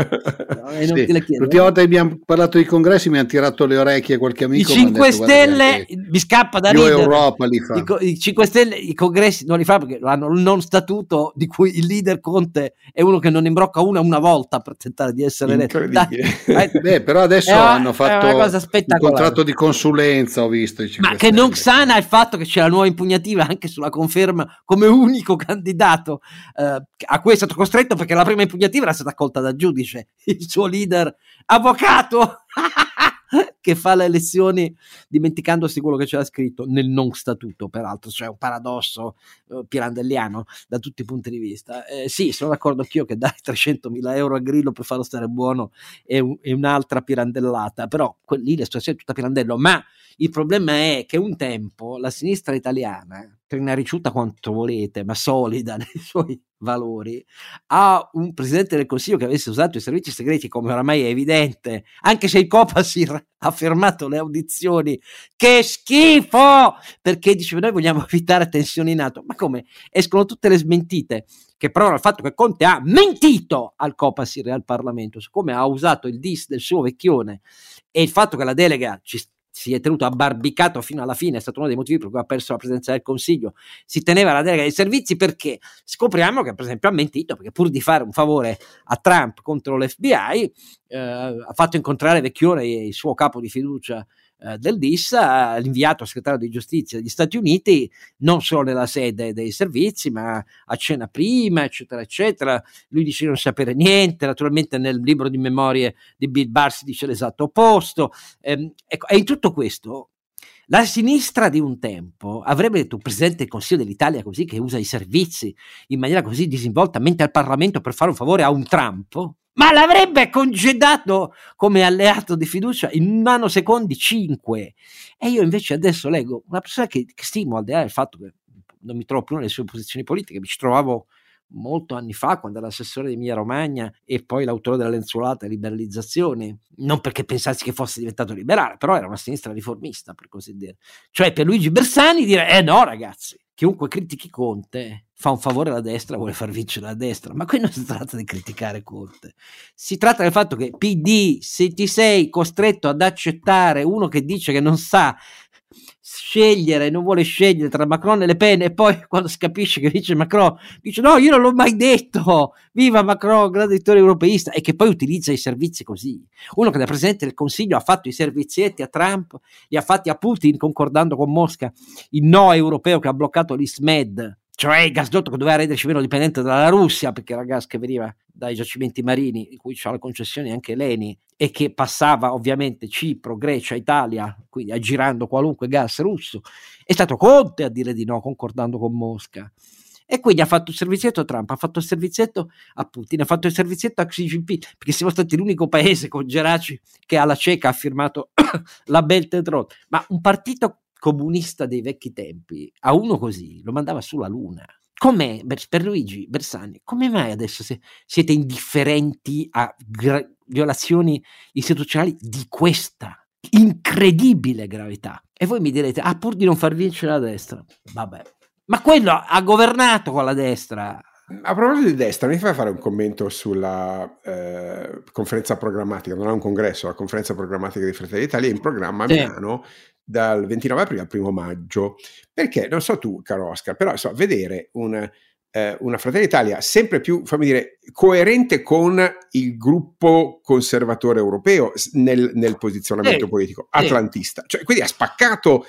è inutile chiederlo. L'ultima volta che abbiamo parlato di congressi mi hanno tirato le orecchie qualche amico. I 5 Stelle mi scappa da ridere. Europa li fa. I 5 Stelle i congressi non li fa perché hanno il non statuto di cui il leader Conte è uno che non imbrocca una volta per tentare di essere eletto. Beh, però adesso hanno fatto un contratto di consulenza, ho visto. Ma che non sana il fatto che c'è la nuova impugnativa anche sulla conferma come unico candidato a cui è stato costretto, perché la prima impugnativa era stata accolta dal giudice, il suo leader avvocato che fa le elezioni dimenticandosi quello che c'era scritto nel non statuto, peraltro, cioè un paradosso pirandelliano da tutti i punti di vista. Sì, sono d'accordo anch'io che dai 300.000 euro a Grillo per farlo stare buono è un'altra pirandellata, però lì la situazione è tutta pirandello. Ma il problema è che un tempo la sinistra italiana, trinariciuta quanto volete, ma solida nei suoi valori, ha un presidente del Consiglio che avesse usato i servizi segreti, come oramai è evidente, anche se il Copasir ha fermato le audizioni. Che schifo! Perché dice: noi vogliamo evitare tensioni in atto. Ma come? Escono tutte le smentite che provano il fatto che Conte ha mentito al Copasir e al Parlamento, siccome ha usato il dis del suo vecchione, e il fatto che la delega si è tenuto abbarbicato fino alla fine è stato uno dei motivi per cui ha perso la presidenza del Consiglio. Si teneva la delega dei servizi, perché scopriamo che per esempio ha mentito, perché pur di fare un favore a Trump contro l'FBI ha fatto incontrare Vecchione, il suo capo di fiducia del DIS, l'inviato segretario di giustizia degli Stati Uniti, non solo nella sede dei servizi ma a cena prima, eccetera eccetera. Lui dice di non sapere niente, naturalmente nel libro di memorie di Bill Barr si dice l'esatto opposto. Ecco, e in tutto questo la sinistra di un tempo avrebbe detto: un presidente del Consiglio dell'Italia così, che usa i servizi in maniera così disinvolta, mente al Parlamento per fare un favore a un Trump, ma l'avrebbe congedato come alleato di fiducia in nanosecondi 5. E io invece adesso leggo una persona che stimo, al di là del fatto che non mi trovo più nelle sue posizioni politiche, mi ci trovavo molto anni fa quando era assessore di Emilia Romagna e poi l'autore della lenzuolata liberalizzazioni, non perché pensassi che fosse diventato liberale, però era una sinistra riformista, per così dire. Cioè per Luigi Bersani dire: no ragazzi, chiunque critichi Conte fa un favore alla destra, vuole far vincere la destra. Ma qui non si tratta di criticare Conte, si tratta del fatto che PD, se ti sei costretto ad accettare uno che dice che non sa scegliere, non vuole scegliere tra Macron e Le Pen, e poi quando si capisce che dice Macron, dice: no, io non l'ho mai detto, viva Macron, grande direttore europeista, e che poi utilizza i servizi così. Uno che da presidente del Consiglio ha fatto i servizietti a Trump, li ha fatti a Putin concordando con Mosca il no europeo che ha bloccato l'ISMED, cioè il gasdotto che doveva renderci meno dipendente dalla Russia, perché era gas che veniva dai giacimenti marini, in cui c'ha le concessioni anche l'ENI, e che passava ovviamente Cipro, Grecia, Italia, quindi aggirando qualunque gas russo. È stato Conte a dire di no, concordando con Mosca. E quindi ha fatto il servizietto a Trump, ha fatto il servizietto a Putin, ha fatto il servizietto a Xi Jinping, perché siamo stati l'unico paese con Geraci che alla cieca ha firmato la Belt and Road. Ma un partito comunista dei vecchi tempi, a uno così lo mandava sulla luna. Com'è, per Luigi Bersani, come mai adesso siete indifferenti a violazioni istituzionali di questa incredibile gravità? E voi mi direte: pur di non far vincere la destra. Vabbè, ma quello ha governato con la destra. A proposito di destra, mi fai fare un commento sulla conferenza programmatica, non è un congresso, la conferenza programmatica di Fratelli d'Italia è in programma a Milano dal 29 aprile al 1 maggio, perché non so tu, caro Oscar, però vedere una Fratelli d'Italia sempre più, fammi dire, coerente con il gruppo conservatore europeo nel posizionamento politico atlantista, cioè quindi ha spaccato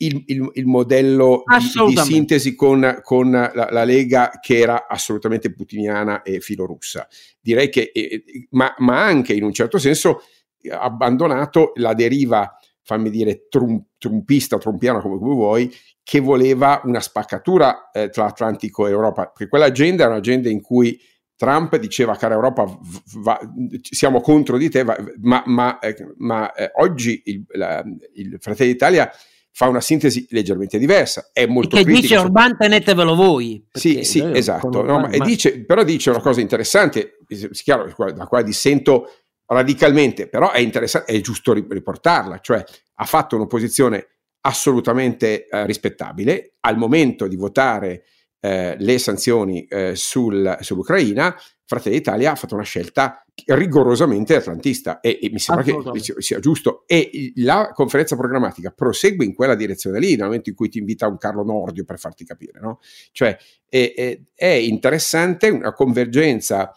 il modello di sintesi con la Lega, che era assolutamente putiniana e filorussa. Direi che ma anche in un certo senso ha abbandonato la deriva, fammi dire, trumpiana, come vuoi, che voleva una spaccatura tra Atlantico e Europa, perché quell'agenda è un'agenda in cui Trump diceva: cara Europa, siamo contro di te, ma oggi il Fratelli d'Italia fa una sintesi leggermente diversa, è molto che critica. Dice Orban, tenetevelo voi. Sì, esatto. E dice una cosa interessante, chiaro, da quale dissento radicalmente, però è interessante, è giusto riportarla, cioè ha fatto un'opposizione assolutamente rispettabile al momento di votare le sanzioni sull'Ucraina. Fratelli d'Italia ha fatto una scelta rigorosamente atlantista e mi sembra che sia giusto, e la conferenza programmatica prosegue in quella direzione lì, nel momento in cui ti invita un Carlo Nordio, per farti capire, no? Cioè è interessante una convergenza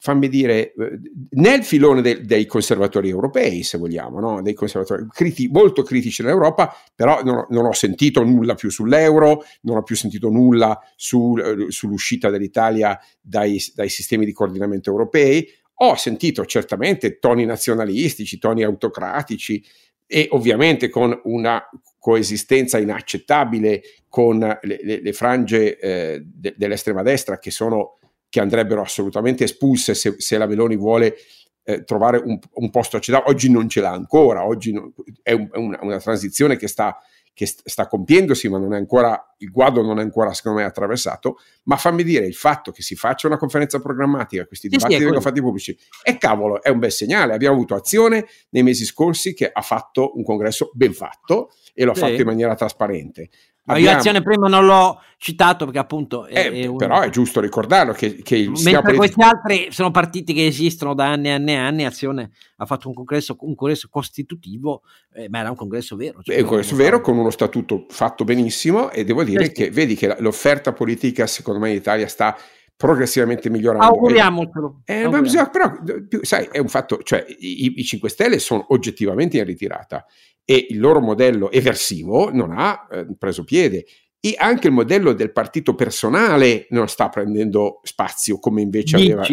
fammi dire, nel filone dei conservatori europei, se vogliamo, no? Dei conservatori molto critici dell'Europa, però non ho sentito nulla più sull'euro, non ho più sentito nulla sull'uscita dell'Italia dai sistemi di coordinamento europei. Ho sentito certamente toni nazionalistici, toni autocratici, e ovviamente con una coesistenza inaccettabile con le frange dell'estrema destra che andrebbero assolutamente espulse se la Meloni vuole trovare un posto accettato. Oggi non ce l'ha ancora, oggi è una transizione che sta compiendosi, ma non è ancora, il guado non è ancora secondo me attraversato. Ma fammi dire, il fatto che si faccia una conferenza programmatica, questi dibattiti vengono fatti pubblici, e cavolo, è un bel segnale. Abbiamo avuto Azione nei mesi scorsi che ha fatto un congresso ben fatto e l'ha fatto in maniera trasparente. Ma io Azione prima non l'ho citato perché appunto però è giusto ricordarlo che mentre questi altri sono partiti che esistono da anni e anni e anni, Azione ha fatto un congresso costitutivo, ma era un congresso vero, è un congresso vero con uno statuto fatto benissimo, e devo dire che vedi che l'offerta politica secondo me in Italia sta progressivamente migliorando. Auguriamocelo. Però sai, è un fatto, cioè i 5 Stelle sono oggettivamente in ritirata e il loro modello eversivo non ha preso piede, e anche il modello del partito personale non sta prendendo spazio come invece aveva.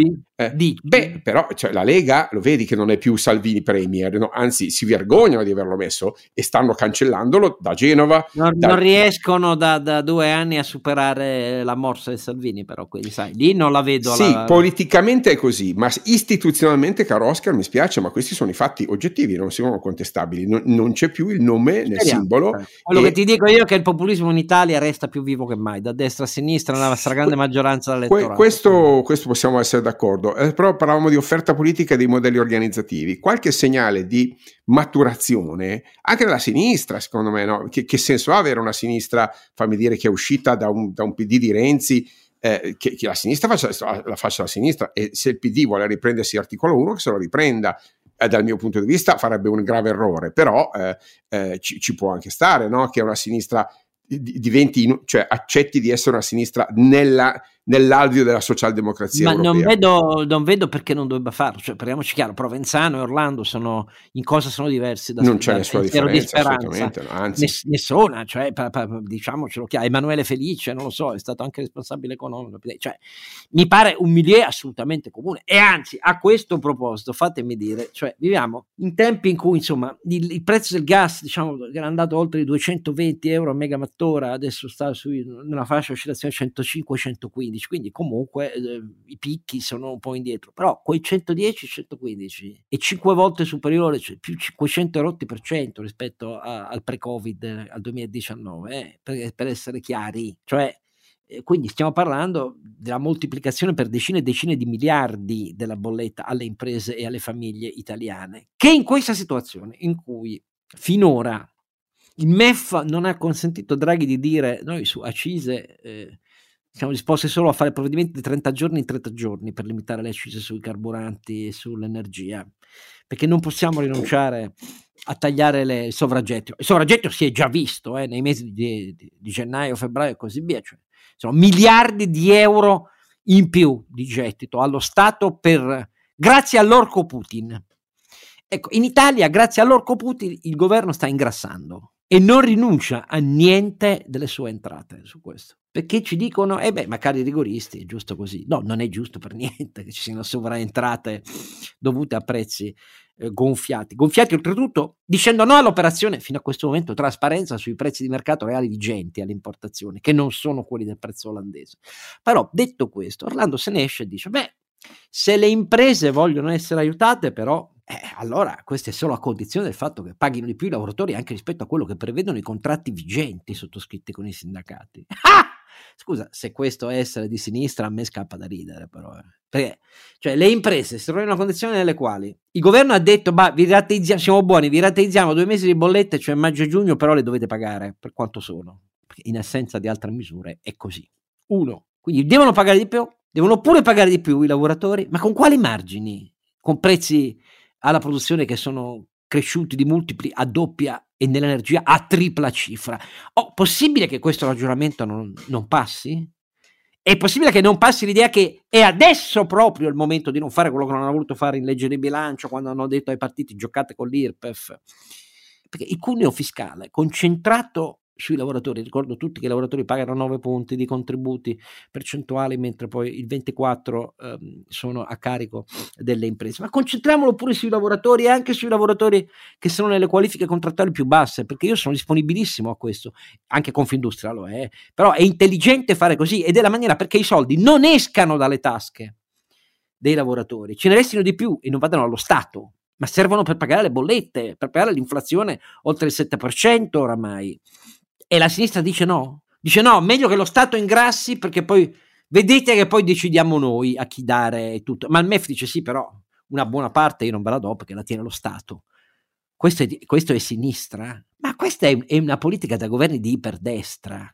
Beh, però cioè, la Lega lo vedi che non è più Salvini premier, no? Anzi si vergognano di averlo messo e stanno cancellandolo da Genova. Non riescono da 2 anni a superare la morsa di Salvini, però quindi sai, lì non la vedo. Sì, politicamente è così, ma istituzionalmente, caro Oscar, mi spiace, ma questi sono i fatti oggettivi, non sono contestabili, non c'è più il nome nel simbolo. Quello che ti dico io è che il populismo in Italia resta più vivo che mai, da destra a sinistra, nella stragrande maggioranza dell'elettorato. Questo possiamo essere d'accordo. Però parlavamo di offerta politica e dei modelli organizzativi. Qualche segnale di maturazione anche dalla sinistra, secondo me, no? Che senso ha avere una sinistra, fammi dire, che è uscita da un PD di Renzi, che la sinistra faccia la sinistra, e se il PD vuole riprendersi l'articolo 1 che se lo riprenda. Dal mio punto di vista farebbe un grave errore, però ci può anche stare, no? Che una sinistra diventi, cioè accetti di essere una sinistra nell'alveo della socialdemocrazia europea. Non vedo perché non dovrebbe farlo, cioè parliamoci chiaro, Provenzano e Orlando sono diversi non c'è nessuna differenza, assolutamente, no, anzi nessuna, cioè diciamocelo chiaro. Emanuele Felice, non lo so, è stato anche responsabile economico, cioè mi pare un milieu assolutamente comune. E anzi, a questo proposito fatemi dire, cioè viviamo in tempi in cui insomma il prezzo del gas, diciamo, che era andato oltre i 220 euro a megawattora, adesso sta nella fascia oscillazione 105-115, quindi comunque i picchi sono un po' indietro, però quei 110-115 è 5 volte superiore, cioè più 500% rispetto al pre-Covid, al 2019, per essere chiari, cioè quindi stiamo parlando della moltiplicazione per decine e decine di miliardi della bolletta alle imprese e alle famiglie italiane, che in questa situazione in cui finora il MEF non ha consentito a Draghi di dire noi su accise siamo disposti solo a fare provvedimenti di 30 giorni in 30 giorni per limitare le accise sui carburanti e sull'energia, perché non possiamo rinunciare a tagliare il sovraggettito. Il sovraggettito si è già visto nei mesi di gennaio, febbraio e così via, cioè sono miliardi di euro in più di gettito allo Stato grazie all'orco Putin. Ecco, in Italia grazie all'orco Putin il governo sta ingrassando e non rinuncia a niente delle sue entrate su questo, perché ci dicono ma cari rigoristi è giusto così. No, non è giusto per niente che ci siano sovraentrate dovute a prezzi gonfiati oltretutto dicendo no all'operazione fino a questo momento trasparenza sui prezzi di mercato reali vigenti alle importazioni, che non sono quelli del prezzo olandese. Però detto questo, Orlando se ne esce e dice se le imprese vogliono essere aiutate però allora questo è solo a condizione del fatto che paghino di più i lavoratori anche rispetto a quello che prevedono i contratti vigenti sottoscritti con i sindacati. Scusa, se questo è essere di sinistra a me scappa da ridere, però perché cioè le imprese si trovano in una condizione nelle quali il governo ha detto vi rateizziamo, siamo buoni, vi rateizziamo 2 mesi di bollette, cioè maggio e giugno, però le dovete pagare per quanto sono, perché in assenza di altre misure è così. Quindi devono pagare di più, devono pure pagare di più i lavoratori, ma con quali margini? Con prezzi alla produzione che sono cresciuti di multipli a doppia e nell'energia a tripla cifra. Possibile che questo ragionamento non passi? È possibile che non passi l'idea che è adesso proprio il momento di non fare quello che non hanno voluto fare in legge di bilancio, quando hanno detto ai partiti giocate con l'IRPEF, perché il cuneo fiscale concentrato sui lavoratori, ricordo tutti che i lavoratori pagano 9 punti di contributi percentuali, mentre poi il 24 sono a carico delle imprese, ma concentriamolo pure sui lavoratori e anche sui lavoratori che sono nelle qualifiche contrattuali più basse, perché io sono disponibilissimo a questo, anche Confindustria lo è, però è intelligente fare così, ed è la maniera perché i soldi non escano dalle tasche dei lavoratori, ce ne restino di più e non vadano allo Stato, ma servono per pagare le bollette, per pagare l'inflazione oltre il 7% oramai. E la sinistra dice no, meglio che lo Stato ingrassi, perché poi vedete che poi decidiamo noi a chi dare e tutto. Ma il MEF dice sì, però una buona parte io non ve la do perché la tiene lo Stato. Questo è sinistra? Ma questa è una politica da governi di iperdestra,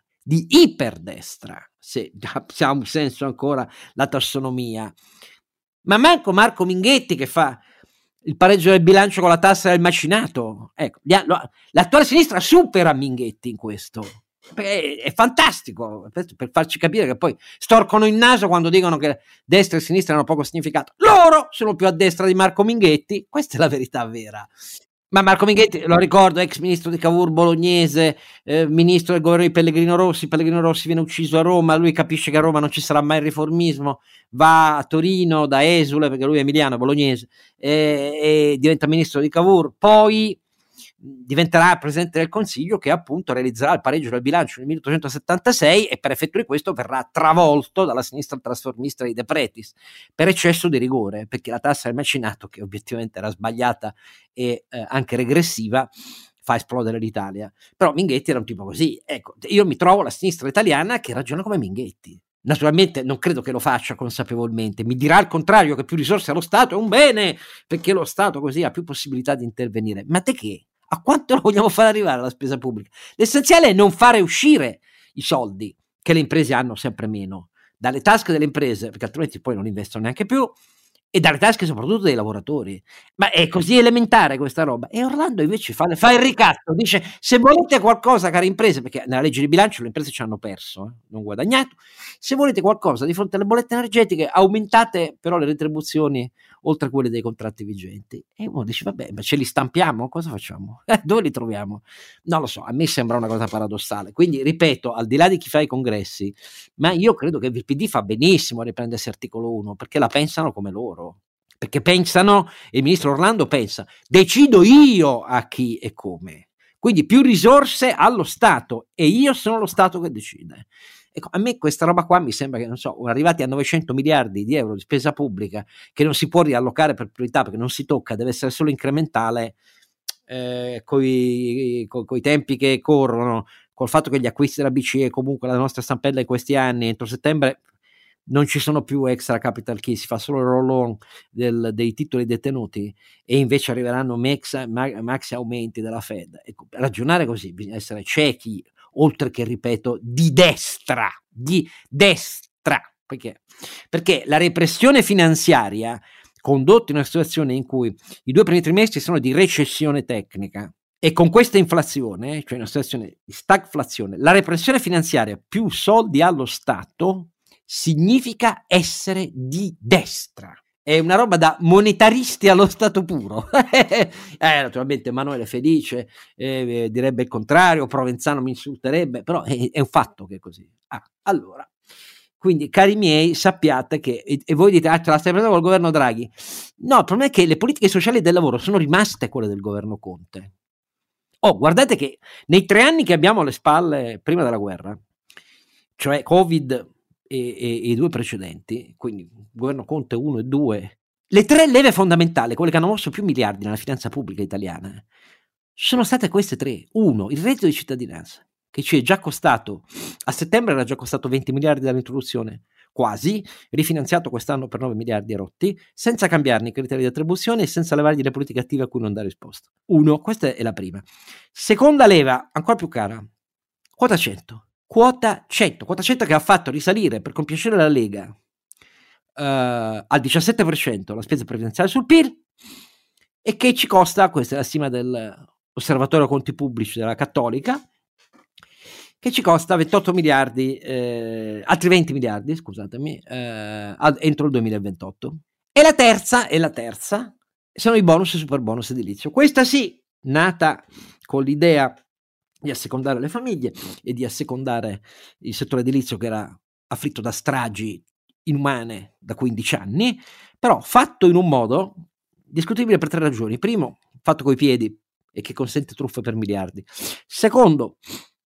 se ha un senso ancora la tassonomia. Ma manco Marco Minghetti che fa il pareggio del bilancio con la tassa del macinato, ecco, l'attuale sinistra supera Minghetti in questo, perché è fantastico, per farci capire che poi storcono il naso quando dicono che destra e sinistra hanno poco significato. Loro sono più a destra di Marco Minghetti, questa è la verità vera. Ma Marco Minghetti, lo ricordo, ex ministro di Cavour bolognese, ministro del governo di Pellegrino Rossi viene ucciso a Roma, lui capisce che a Roma non ci sarà mai il riformismo, va a Torino da esule, perché lui è emiliano, bolognese, e diventa ministro di Cavour, poi diventerà presidente del Consiglio, che appunto realizzerà il pareggio del bilancio nel 1876 e per effetto di questo verrà travolto dalla sinistra trasformista di De Pretis per eccesso di rigore, perché la tassa del macinato, che obiettivamente era sbagliata e anche regressiva, fa esplodere l'Italia. Però Minghetti era un tipo così, ecco, io mi trovo la sinistra italiana che ragiona come Minghetti. Naturalmente non credo che lo faccia consapevolmente, mi dirà al contrario che più risorse allo Stato è un bene, perché lo Stato così ha più possibilità di intervenire. Ma te che? A quanto lo vogliamo far arrivare la spesa pubblica? L'essenziale è non fare uscire i soldi che le imprese hanno sempre meno dalle tasche delle imprese, perché altrimenti poi non investono neanche più, e dalle tasche soprattutto dei lavoratori. Ma è così elementare questa roba. E Orlando invece fa il ricatto, dice: se volete qualcosa, care imprese, perché nella legge di bilancio le imprese ci hanno perso, non guadagnato, se volete qualcosa di fronte alle bollette energetiche, aumentate però le retribuzioni oltre a quelle dei contratti vigenti. E uno dice: vabbè, ma ce li stampiamo? Cosa facciamo? Dove li troviamo? Non lo so, a me sembra una cosa paradossale. Quindi, ripeto, al di là di chi fa i congressi, ma io credo che il PD fa benissimo a riprendersi articolo 1, perché la pensano come loro. Perché pensano, e il ministro Orlando pensa, decido io a chi e come. Quindi più risorse allo Stato e io sono lo Stato che decide. Ecco, a me questa roba qua mi sembra che, non so, arrivati a 900 miliardi di euro di spesa pubblica che non si può riallocare per priorità perché non si tocca, deve essere solo incrementale, coi tempi che corrono, col fatto che gli acquisti della BCE, comunque la nostra stampella in questi anni, entro settembre non ci sono più extra capital key, si fa solo il roll-on dei titoli detenuti e invece arriveranno maxi aumenti della Fed. Ecco, ragionare così bisogna essere ciechi, oltre che, ripeto, di destra, perché la repressione finanziaria condotta in una situazione in cui i 2 primi trimestri sono di recessione tecnica e con questa inflazione, cioè una situazione di stagflazione, la repressione finanziaria più soldi allo Stato significa essere di destra. È una roba da monetaristi allo stato puro. Naturalmente Emanuele Felice direbbe il contrario, Provenzano mi insulterebbe, però è un fatto che è così. Allora, quindi cari miei, sappiate che, e voi dite, ce la stai prendendo col governo Draghi. No, il problema è che le politiche sociali del lavoro sono rimaste quelle del governo Conte. Guardate che nei 3 anni che abbiamo alle spalle prima della guerra, cioè Covid e i 2 precedenti, quindi governo Conte 1 e 2, le 3 leve fondamentali, quelle che hanno mosso più miliardi nella finanza pubblica italiana, sono state queste 3. 1, il reddito di cittadinanza, che ci è già costato, a settembre era già costato 20 miliardi dall'introduzione, quasi, rifinanziato quest'anno per 9 miliardi e rotti, senza cambiarne i criteri di attribuzione e senza levargli le politiche attive a cui non dà risposta. 1, questa è la prima. Seconda leva, ancora più cara, quota 100. Quota 100 che ha fatto risalire, per compiacere la Lega, al 17% la spesa previdenziale sul PIL, e che ci costa, questa è la stima dell'Osservatorio Conti Pubblici della Cattolica, che ci costa 28 miliardi, altri 20 miliardi, scusatemi, entro il 2028. E la terza sono i bonus e super bonus edilizio. Questa sì, nata con l'idea di assecondare le famiglie e di assecondare il settore edilizio che era afflitto da stragi inumane da 15 anni, però fatto in un modo discutibile per 3 ragioni. Primo, fatto coi piedi e che consente truffe per miliardi. Secondo,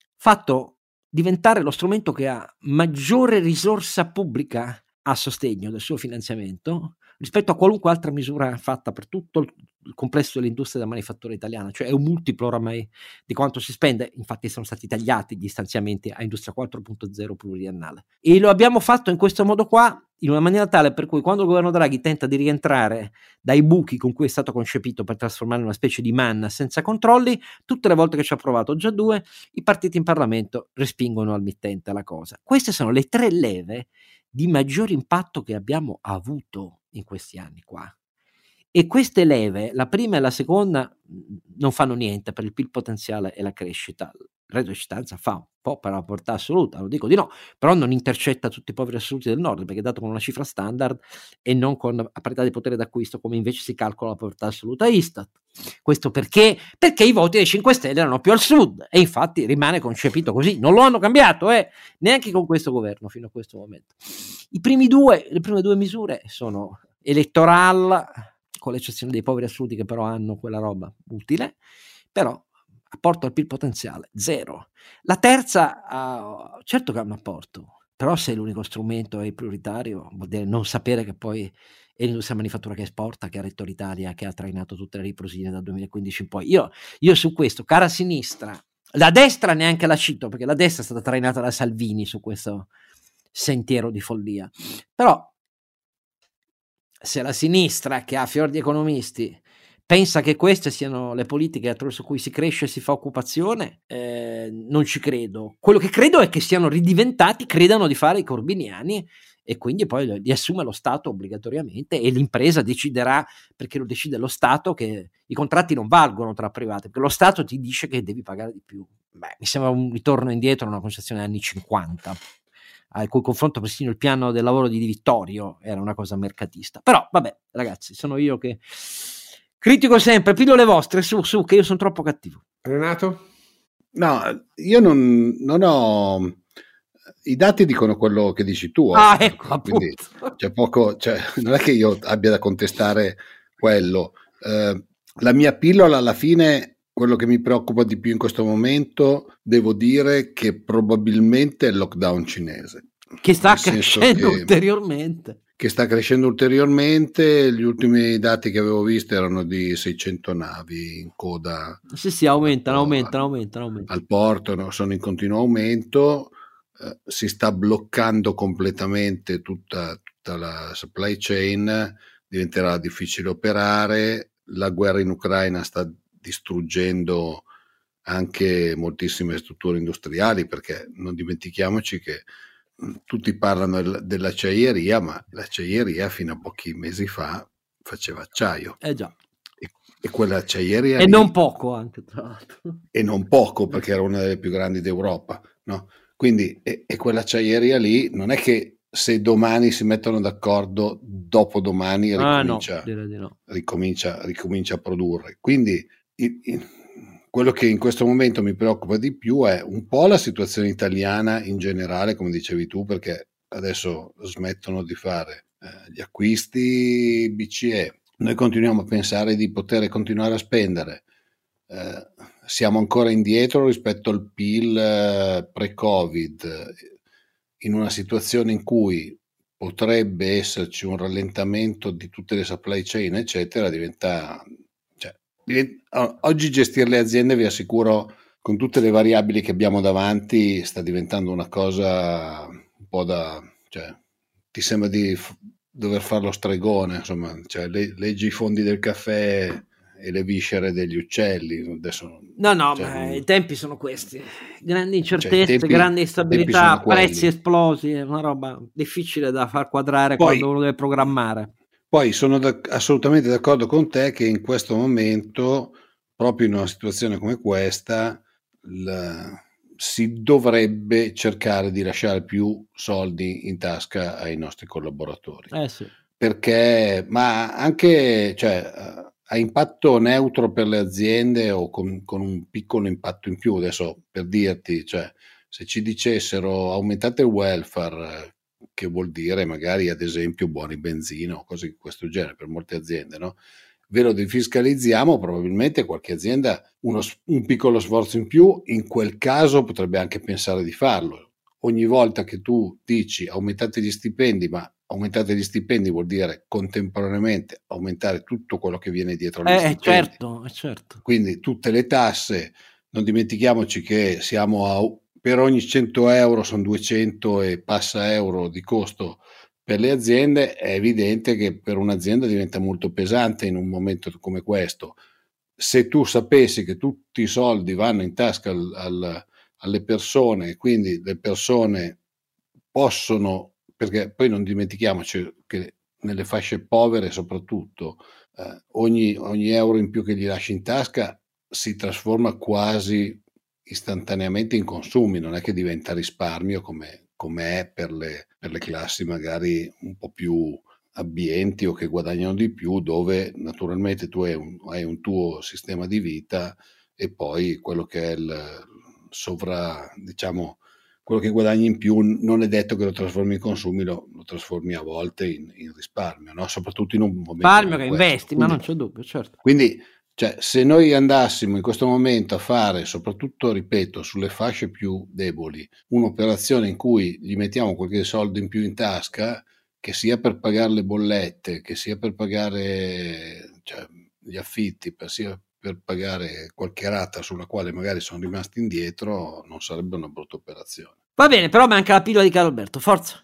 fatto diventare lo strumento che ha maggiore risorsa pubblica a sostegno del suo finanziamento rispetto a qualunque altra misura fatta per tutto il complesso dell'industria della manifattura italiana, cioè è un multiplo oramai di quanto si spende. Infatti sono stati tagliati gli stanziamenti a Industria 4.0 pluriennale e lo abbiamo fatto in questo modo qua, in una maniera tale per cui quando il governo Draghi tenta di rientrare dai buchi con cui è stato concepito per trasformarlo in una specie di manna senza controlli, tutte le volte che ci ha provato, già 2, i partiti in Parlamento respingono al mittente la cosa. Queste sono le 3 leve di maggior impatto che abbiamo avuto in questi anni qua. E queste leve, la prima e la seconda, non fanno niente per il PIL potenziale e la crescita. Il reddito di cittadinanza fa un po' per la povertà assoluta, non dico di no, però non intercetta tutti i poveri assoluti del nord, perché è dato con una cifra standard e non con a parità di potere d'acquisto, come invece si calcola la povertà assoluta Istat. Questo perché? Perché i voti dei 5 Stelle erano più al sud e infatti rimane concepito così. Non lo hanno cambiato, neanche con questo governo fino a questo momento. Le prime due misure sono elettoral, con l'eccezione dei poveri assoluti che però hanno quella roba utile, però apporto al PIL potenziale, 0. La terza, certo che ha un apporto, però se l'unico strumento è prioritario, vuol dire non sapere che poi è l'industria manifattura che esporta, che ha retto l'Italia, che ha trainato tutte le riprosine dal 2015 in poi. Io su questo, cara sinistra, la destra neanche la cito, perché la destra è stata trainata da Salvini su questo sentiero di follia, però se la sinistra, che ha fior di economisti, pensa che queste siano le politiche attraverso cui si cresce e si fa occupazione, non ci credo. Quello che credo è che siano ridiventati, credano di fare i corbiniani e quindi poi li assume lo Stato obbligatoriamente e l'impresa deciderà, perché lo decide lo Stato, che i contratti non valgono tra privati, perché lo Stato ti dice che devi pagare di più. Mi sembra un ritorno indietro a una concezione degli anni 50. Al cui confronto persino il piano del lavoro di Vittorio era una cosa mercatista. Però vabbè, ragazzi, sono io che critico sempre, piglio le vostre, su, che io sono troppo cattivo. Renato? No, io non ho... I dati dicono quello che dici tu. Ecco, quindi c'è poco, non è che io abbia da contestare quello. La mia pillola alla fine, quello che mi preoccupa di più in questo momento, devo dire che probabilmente è il lockdown cinese. Che sta crescendo ulteriormente. Che sta crescendo ulteriormente. Gli ultimi dati che avevo visto erano di 600 navi in coda. Sì, aumentano. Al porto, no? Sono in continuo aumento. Si sta bloccando completamente tutta la supply chain, diventerà difficile operare. La guerra in Ucraina sta distruggendo anche moltissime strutture industriali, perché non dimentichiamoci che tutti parlano dell'acciaieria, ma l'acciaieria fino a pochi mesi fa faceva acciaio. Già. E quella acciaieria e non poco anche, tra l'altro. E non poco, perché era una delle più grandi d'Europa, no? Quindi e quell'acciaieria lì non è che se domani si mettono d'accordo, dopodomani ricomincia a produrre. Quindi quello che in questo momento mi preoccupa di più è un po' la situazione italiana in generale, come dicevi tu, perché adesso smettono di fare gli acquisti BCE. Noi continuiamo a pensare di poter continuare a spendere. Siamo ancora indietro rispetto al PIL pre-Covid, in una situazione in cui potrebbe esserci un rallentamento di tutte le supply chain, eccetera. Oggi gestire le aziende, vi assicuro, con tutte le variabili che abbiamo davanti, sta diventando una cosa un po' ti sembra di dover fare lo stregone, insomma, leggi i fondi del caffè e le viscere degli uccelli. Adesso ma i tempi sono questi, grandi incertezze, grandi instabilità, prezzi esplosi, è una roba difficile da far quadrare quando uno deve programmare. Poi sono assolutamente d'accordo con te che in questo momento, proprio in una situazione come questa, si dovrebbe cercare di lasciare più soldi in tasca ai nostri collaboratori. Sì. Perché, ma anche, cioè, a impatto neutro per le aziende o con un piccolo impatto in più. Adesso, per dirti, cioè, se ci dicessero aumentate il welfare, che vuol dire magari ad esempio buoni benzina o cose di questo genere per molte aziende, no? Ve lo defiscalizziamo, probabilmente qualche azienda un piccolo sforzo in più, in quel caso potrebbe anche pensare di farlo. Ogni volta che tu dici aumentate gli stipendi, ma aumentate gli stipendi vuol dire contemporaneamente aumentare tutto quello che viene dietro agli stipendi. Certo. Quindi tutte le tasse, non dimentichiamoci che per ogni 100 euro sono 200 e passa euro di costo per le aziende. È evidente che per un'azienda diventa molto pesante in un momento come questo. Se tu sapessi che tutti i soldi vanno in tasca alle persone, quindi le persone possono, perché poi non dimentichiamoci che nelle fasce povere soprattutto ogni euro in più che gli lasci in tasca si trasforma quasi istantaneamente in consumi, non è che diventa risparmio come è per le classi magari un po' più abbienti o che guadagnano di più, dove naturalmente tu hai un tuo sistema di vita e poi quello che è diciamo, quello che guadagni in più non è detto che lo trasformi in consumi, lo trasformi a volte in risparmio, no? Soprattutto in un momento risparmio che questo. investi, quindi, ma non c'è dubbio, certo. Quindi, cioè, se noi andassimo in questo momento a fare, soprattutto, ripeto, sulle fasce più deboli, un'operazione in cui gli mettiamo qualche soldo in più in tasca, che sia per pagare le bollette, che sia per pagare, cioè, gli affitti, sia per pagare qualche rata sulla quale magari sono rimasti indietro, non sarebbe una brutta operazione. Va bene, però manca la pillola di Carlo Alberto, forza.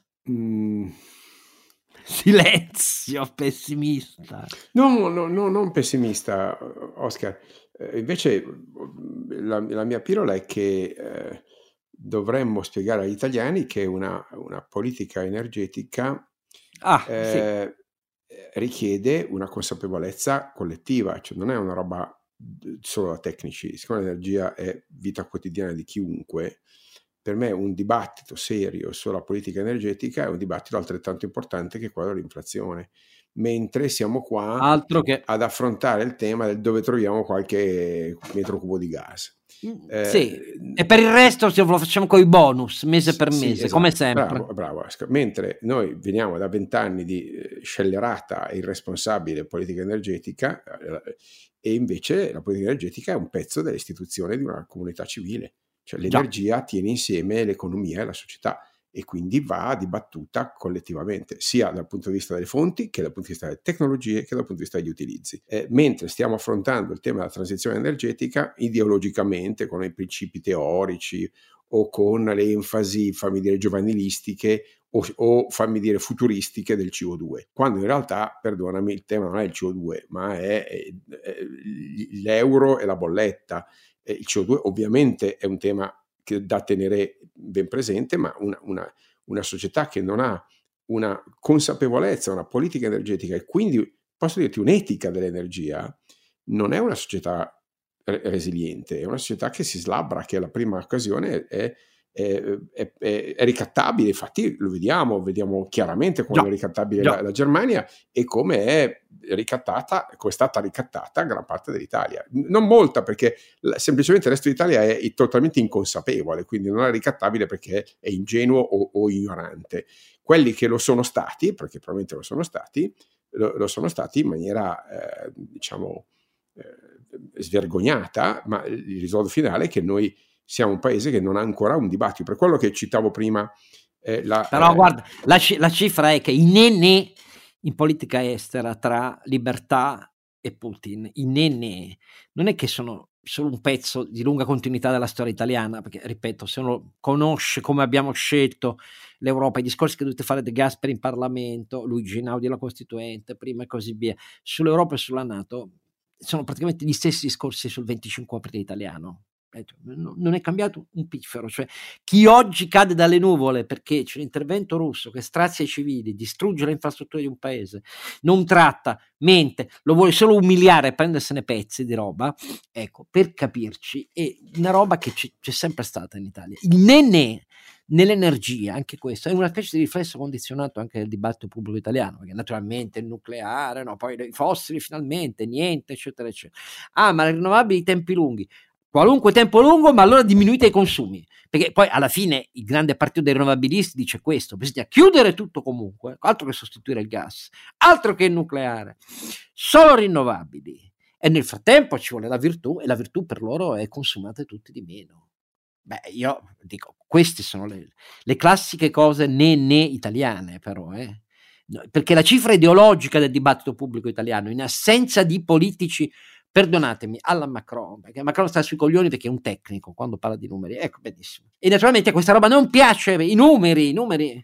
Silenzio pessimista. No, non pessimista, Oscar. Invece la mia pillola è che dovremmo spiegare agli italiani che una politica energetica sì, richiede una consapevolezza collettiva, cioè non è una roba solo da tecnici. Siccome l'energia è vita quotidiana di chiunque, per me un dibattito serio sulla politica energetica è un dibattito altrettanto importante che quello dell'inflazione, mentre siamo qua ad affrontare il tema del dove troviamo qualche metro cubo di gas. Sì, e per il resto lo facciamo con i bonus mese per mese, esatto, come sempre. Bravo. Mentre noi veniamo da 20 anni di scellerata e irresponsabile politica energetica, e invece la politica energetica è un pezzo dell'istituzione di una comunità civile. Cioè l'energia tiene insieme l'economia e la società e quindi va dibattuta collettivamente, sia dal punto di vista delle fonti, che dal punto di vista delle tecnologie, che dal punto di vista degli utilizzi. Mentre stiamo affrontando il tema della transizione energetica ideologicamente, con i principi teorici o con le enfasi, fammi dire, giovanilistiche o fammi dire futuristiche del CO2, quando in realtà, perdonami, il tema non è il CO2, ma è l'euro e la bolletta. Il CO2 ovviamente è un tema che da tenere ben presente, ma una società che non ha una consapevolezza, una politica energetica e quindi posso dirti un'etica dell'energia, non è una società resiliente, è una società che si slabbra, che alla prima occasione è ricattabile. Infatti lo vediamo chiaramente come è ricattabile la Germania e come è stata ricattata gran parte dell'Italia, non molta, perché semplicemente il resto d'Italia è totalmente inconsapevole, quindi non è ricattabile perché è ingenuo o ignorante. Quelli che lo sono stati, perché probabilmente lo sono stati in maniera svergognata, ma il risultato finale è che noi siamo un paese che non ha ancora un dibattito. Per quello che citavo prima. Però guarda, la cifra è che i nenè in politica estera tra libertà e Putin, i nenè non è che sono solo un pezzo di lunga continuità della storia italiana, perché ripeto, se uno conosce come abbiamo scelto l'Europa, i discorsi che dovete fare De Gasperi in Parlamento, Luigi Einaudi la Costituente, prima e così via, sull'Europa e sulla NATO, sono praticamente gli stessi discorsi sul 25 aprile italiano. Non è cambiato un piffero. Cioè, chi oggi cade dalle nuvole perché c'è l'intervento russo che strazia i civili, distrugge le infrastrutture di un paese, non tratta, mente, lo vuole solo umiliare e prendersene pezzi di roba, ecco, per capirci, è una roba che c'è sempre stata in Italia. Il né nell'energia, anche questo è una specie di riflesso condizionato anche del dibattito pubblico italiano, perché naturalmente il nucleare, no, poi i fossili finalmente, niente, eccetera, eccetera. Ma le rinnovabili i tempi lunghi. Qualunque tempo lungo, ma allora diminuite i consumi, perché poi alla fine il grande partito dei rinnovabilisti dice questo: bisogna chiudere tutto comunque, altro che sostituire il gas, altro che il nucleare, solo rinnovabili, e nel frattempo ci vuole la virtù, e la virtù per loro è consumate tutti di meno. Beh, io dico, queste sono le classiche cose né italiane, però, no, perché la cifra ideologica del dibattito pubblico italiano, in assenza di politici, perdonatemi, alla Macron, perché Macron sta sui coglioni perché è un tecnico quando parla di numeri, ecco, benissimo. E naturalmente questa roba non piace, i numeri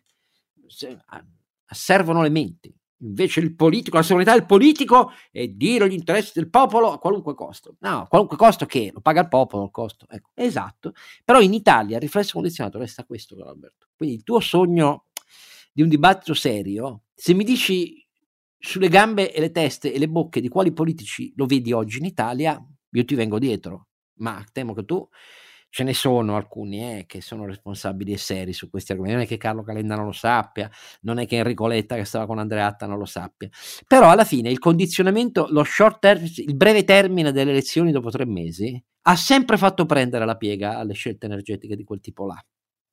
asservono le menti. Invece il politico, la sovranità del politico è dire gli interessi del popolo a qualunque costo. No, a qualunque costo, che lo paga il popolo il costo. Ecco, esatto. Però in Italia il riflesso condizionato resta questo, Alberto. Quindi il tuo sogno di un dibattito serio, se mi dici sulle gambe e le teste e le bocche di quali politici lo vedi oggi in Italia, io ti vengo dietro, ma temo che tu, ce ne sono alcuni che sono responsabili e seri su questi argomenti. Non è che Carlo Calenda non lo sappia, non è che Enrico Letta che stava con Andreatta non lo sappia, però alla fine il condizionamento, lo short term, il breve termine delle elezioni dopo 3 mesi ha sempre fatto prendere la piega alle scelte energetiche di quel tipo là.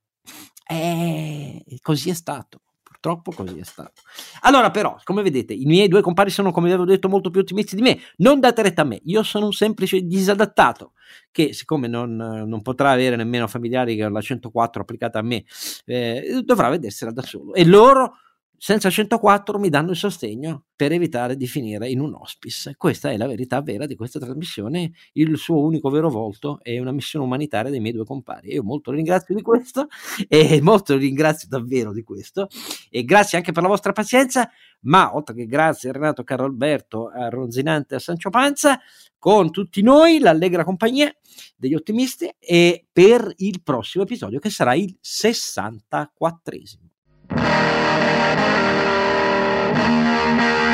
Così è stato. Purtroppo così è stato. Allora, però, come vedete, i miei 2 compari sono, come vi avevo detto, molto più ottimisti di me. Non date retta a me, io sono un semplice disadattato che, siccome non potrà avere nemmeno familiari che hanno la 104 applicata a me, dovrà vedersela da solo. E loro, senza 104, mi danno il sostegno per evitare di finire in un hospice. Questa è la verità vera di questa trasmissione. Il suo unico vero volto è una missione umanitaria dei miei 2 compari. Io molto ringrazio di questo, e molto ringrazio davvero di questo, e grazie anche per la vostra pazienza. Ma oltre che grazie a Renato, Carlo Alberto, a Ronzinante e a Sancio Panza, con tutti noi l'allegra compagnia degli ottimisti, e per il prossimo episodio, che sarà il 64esimo.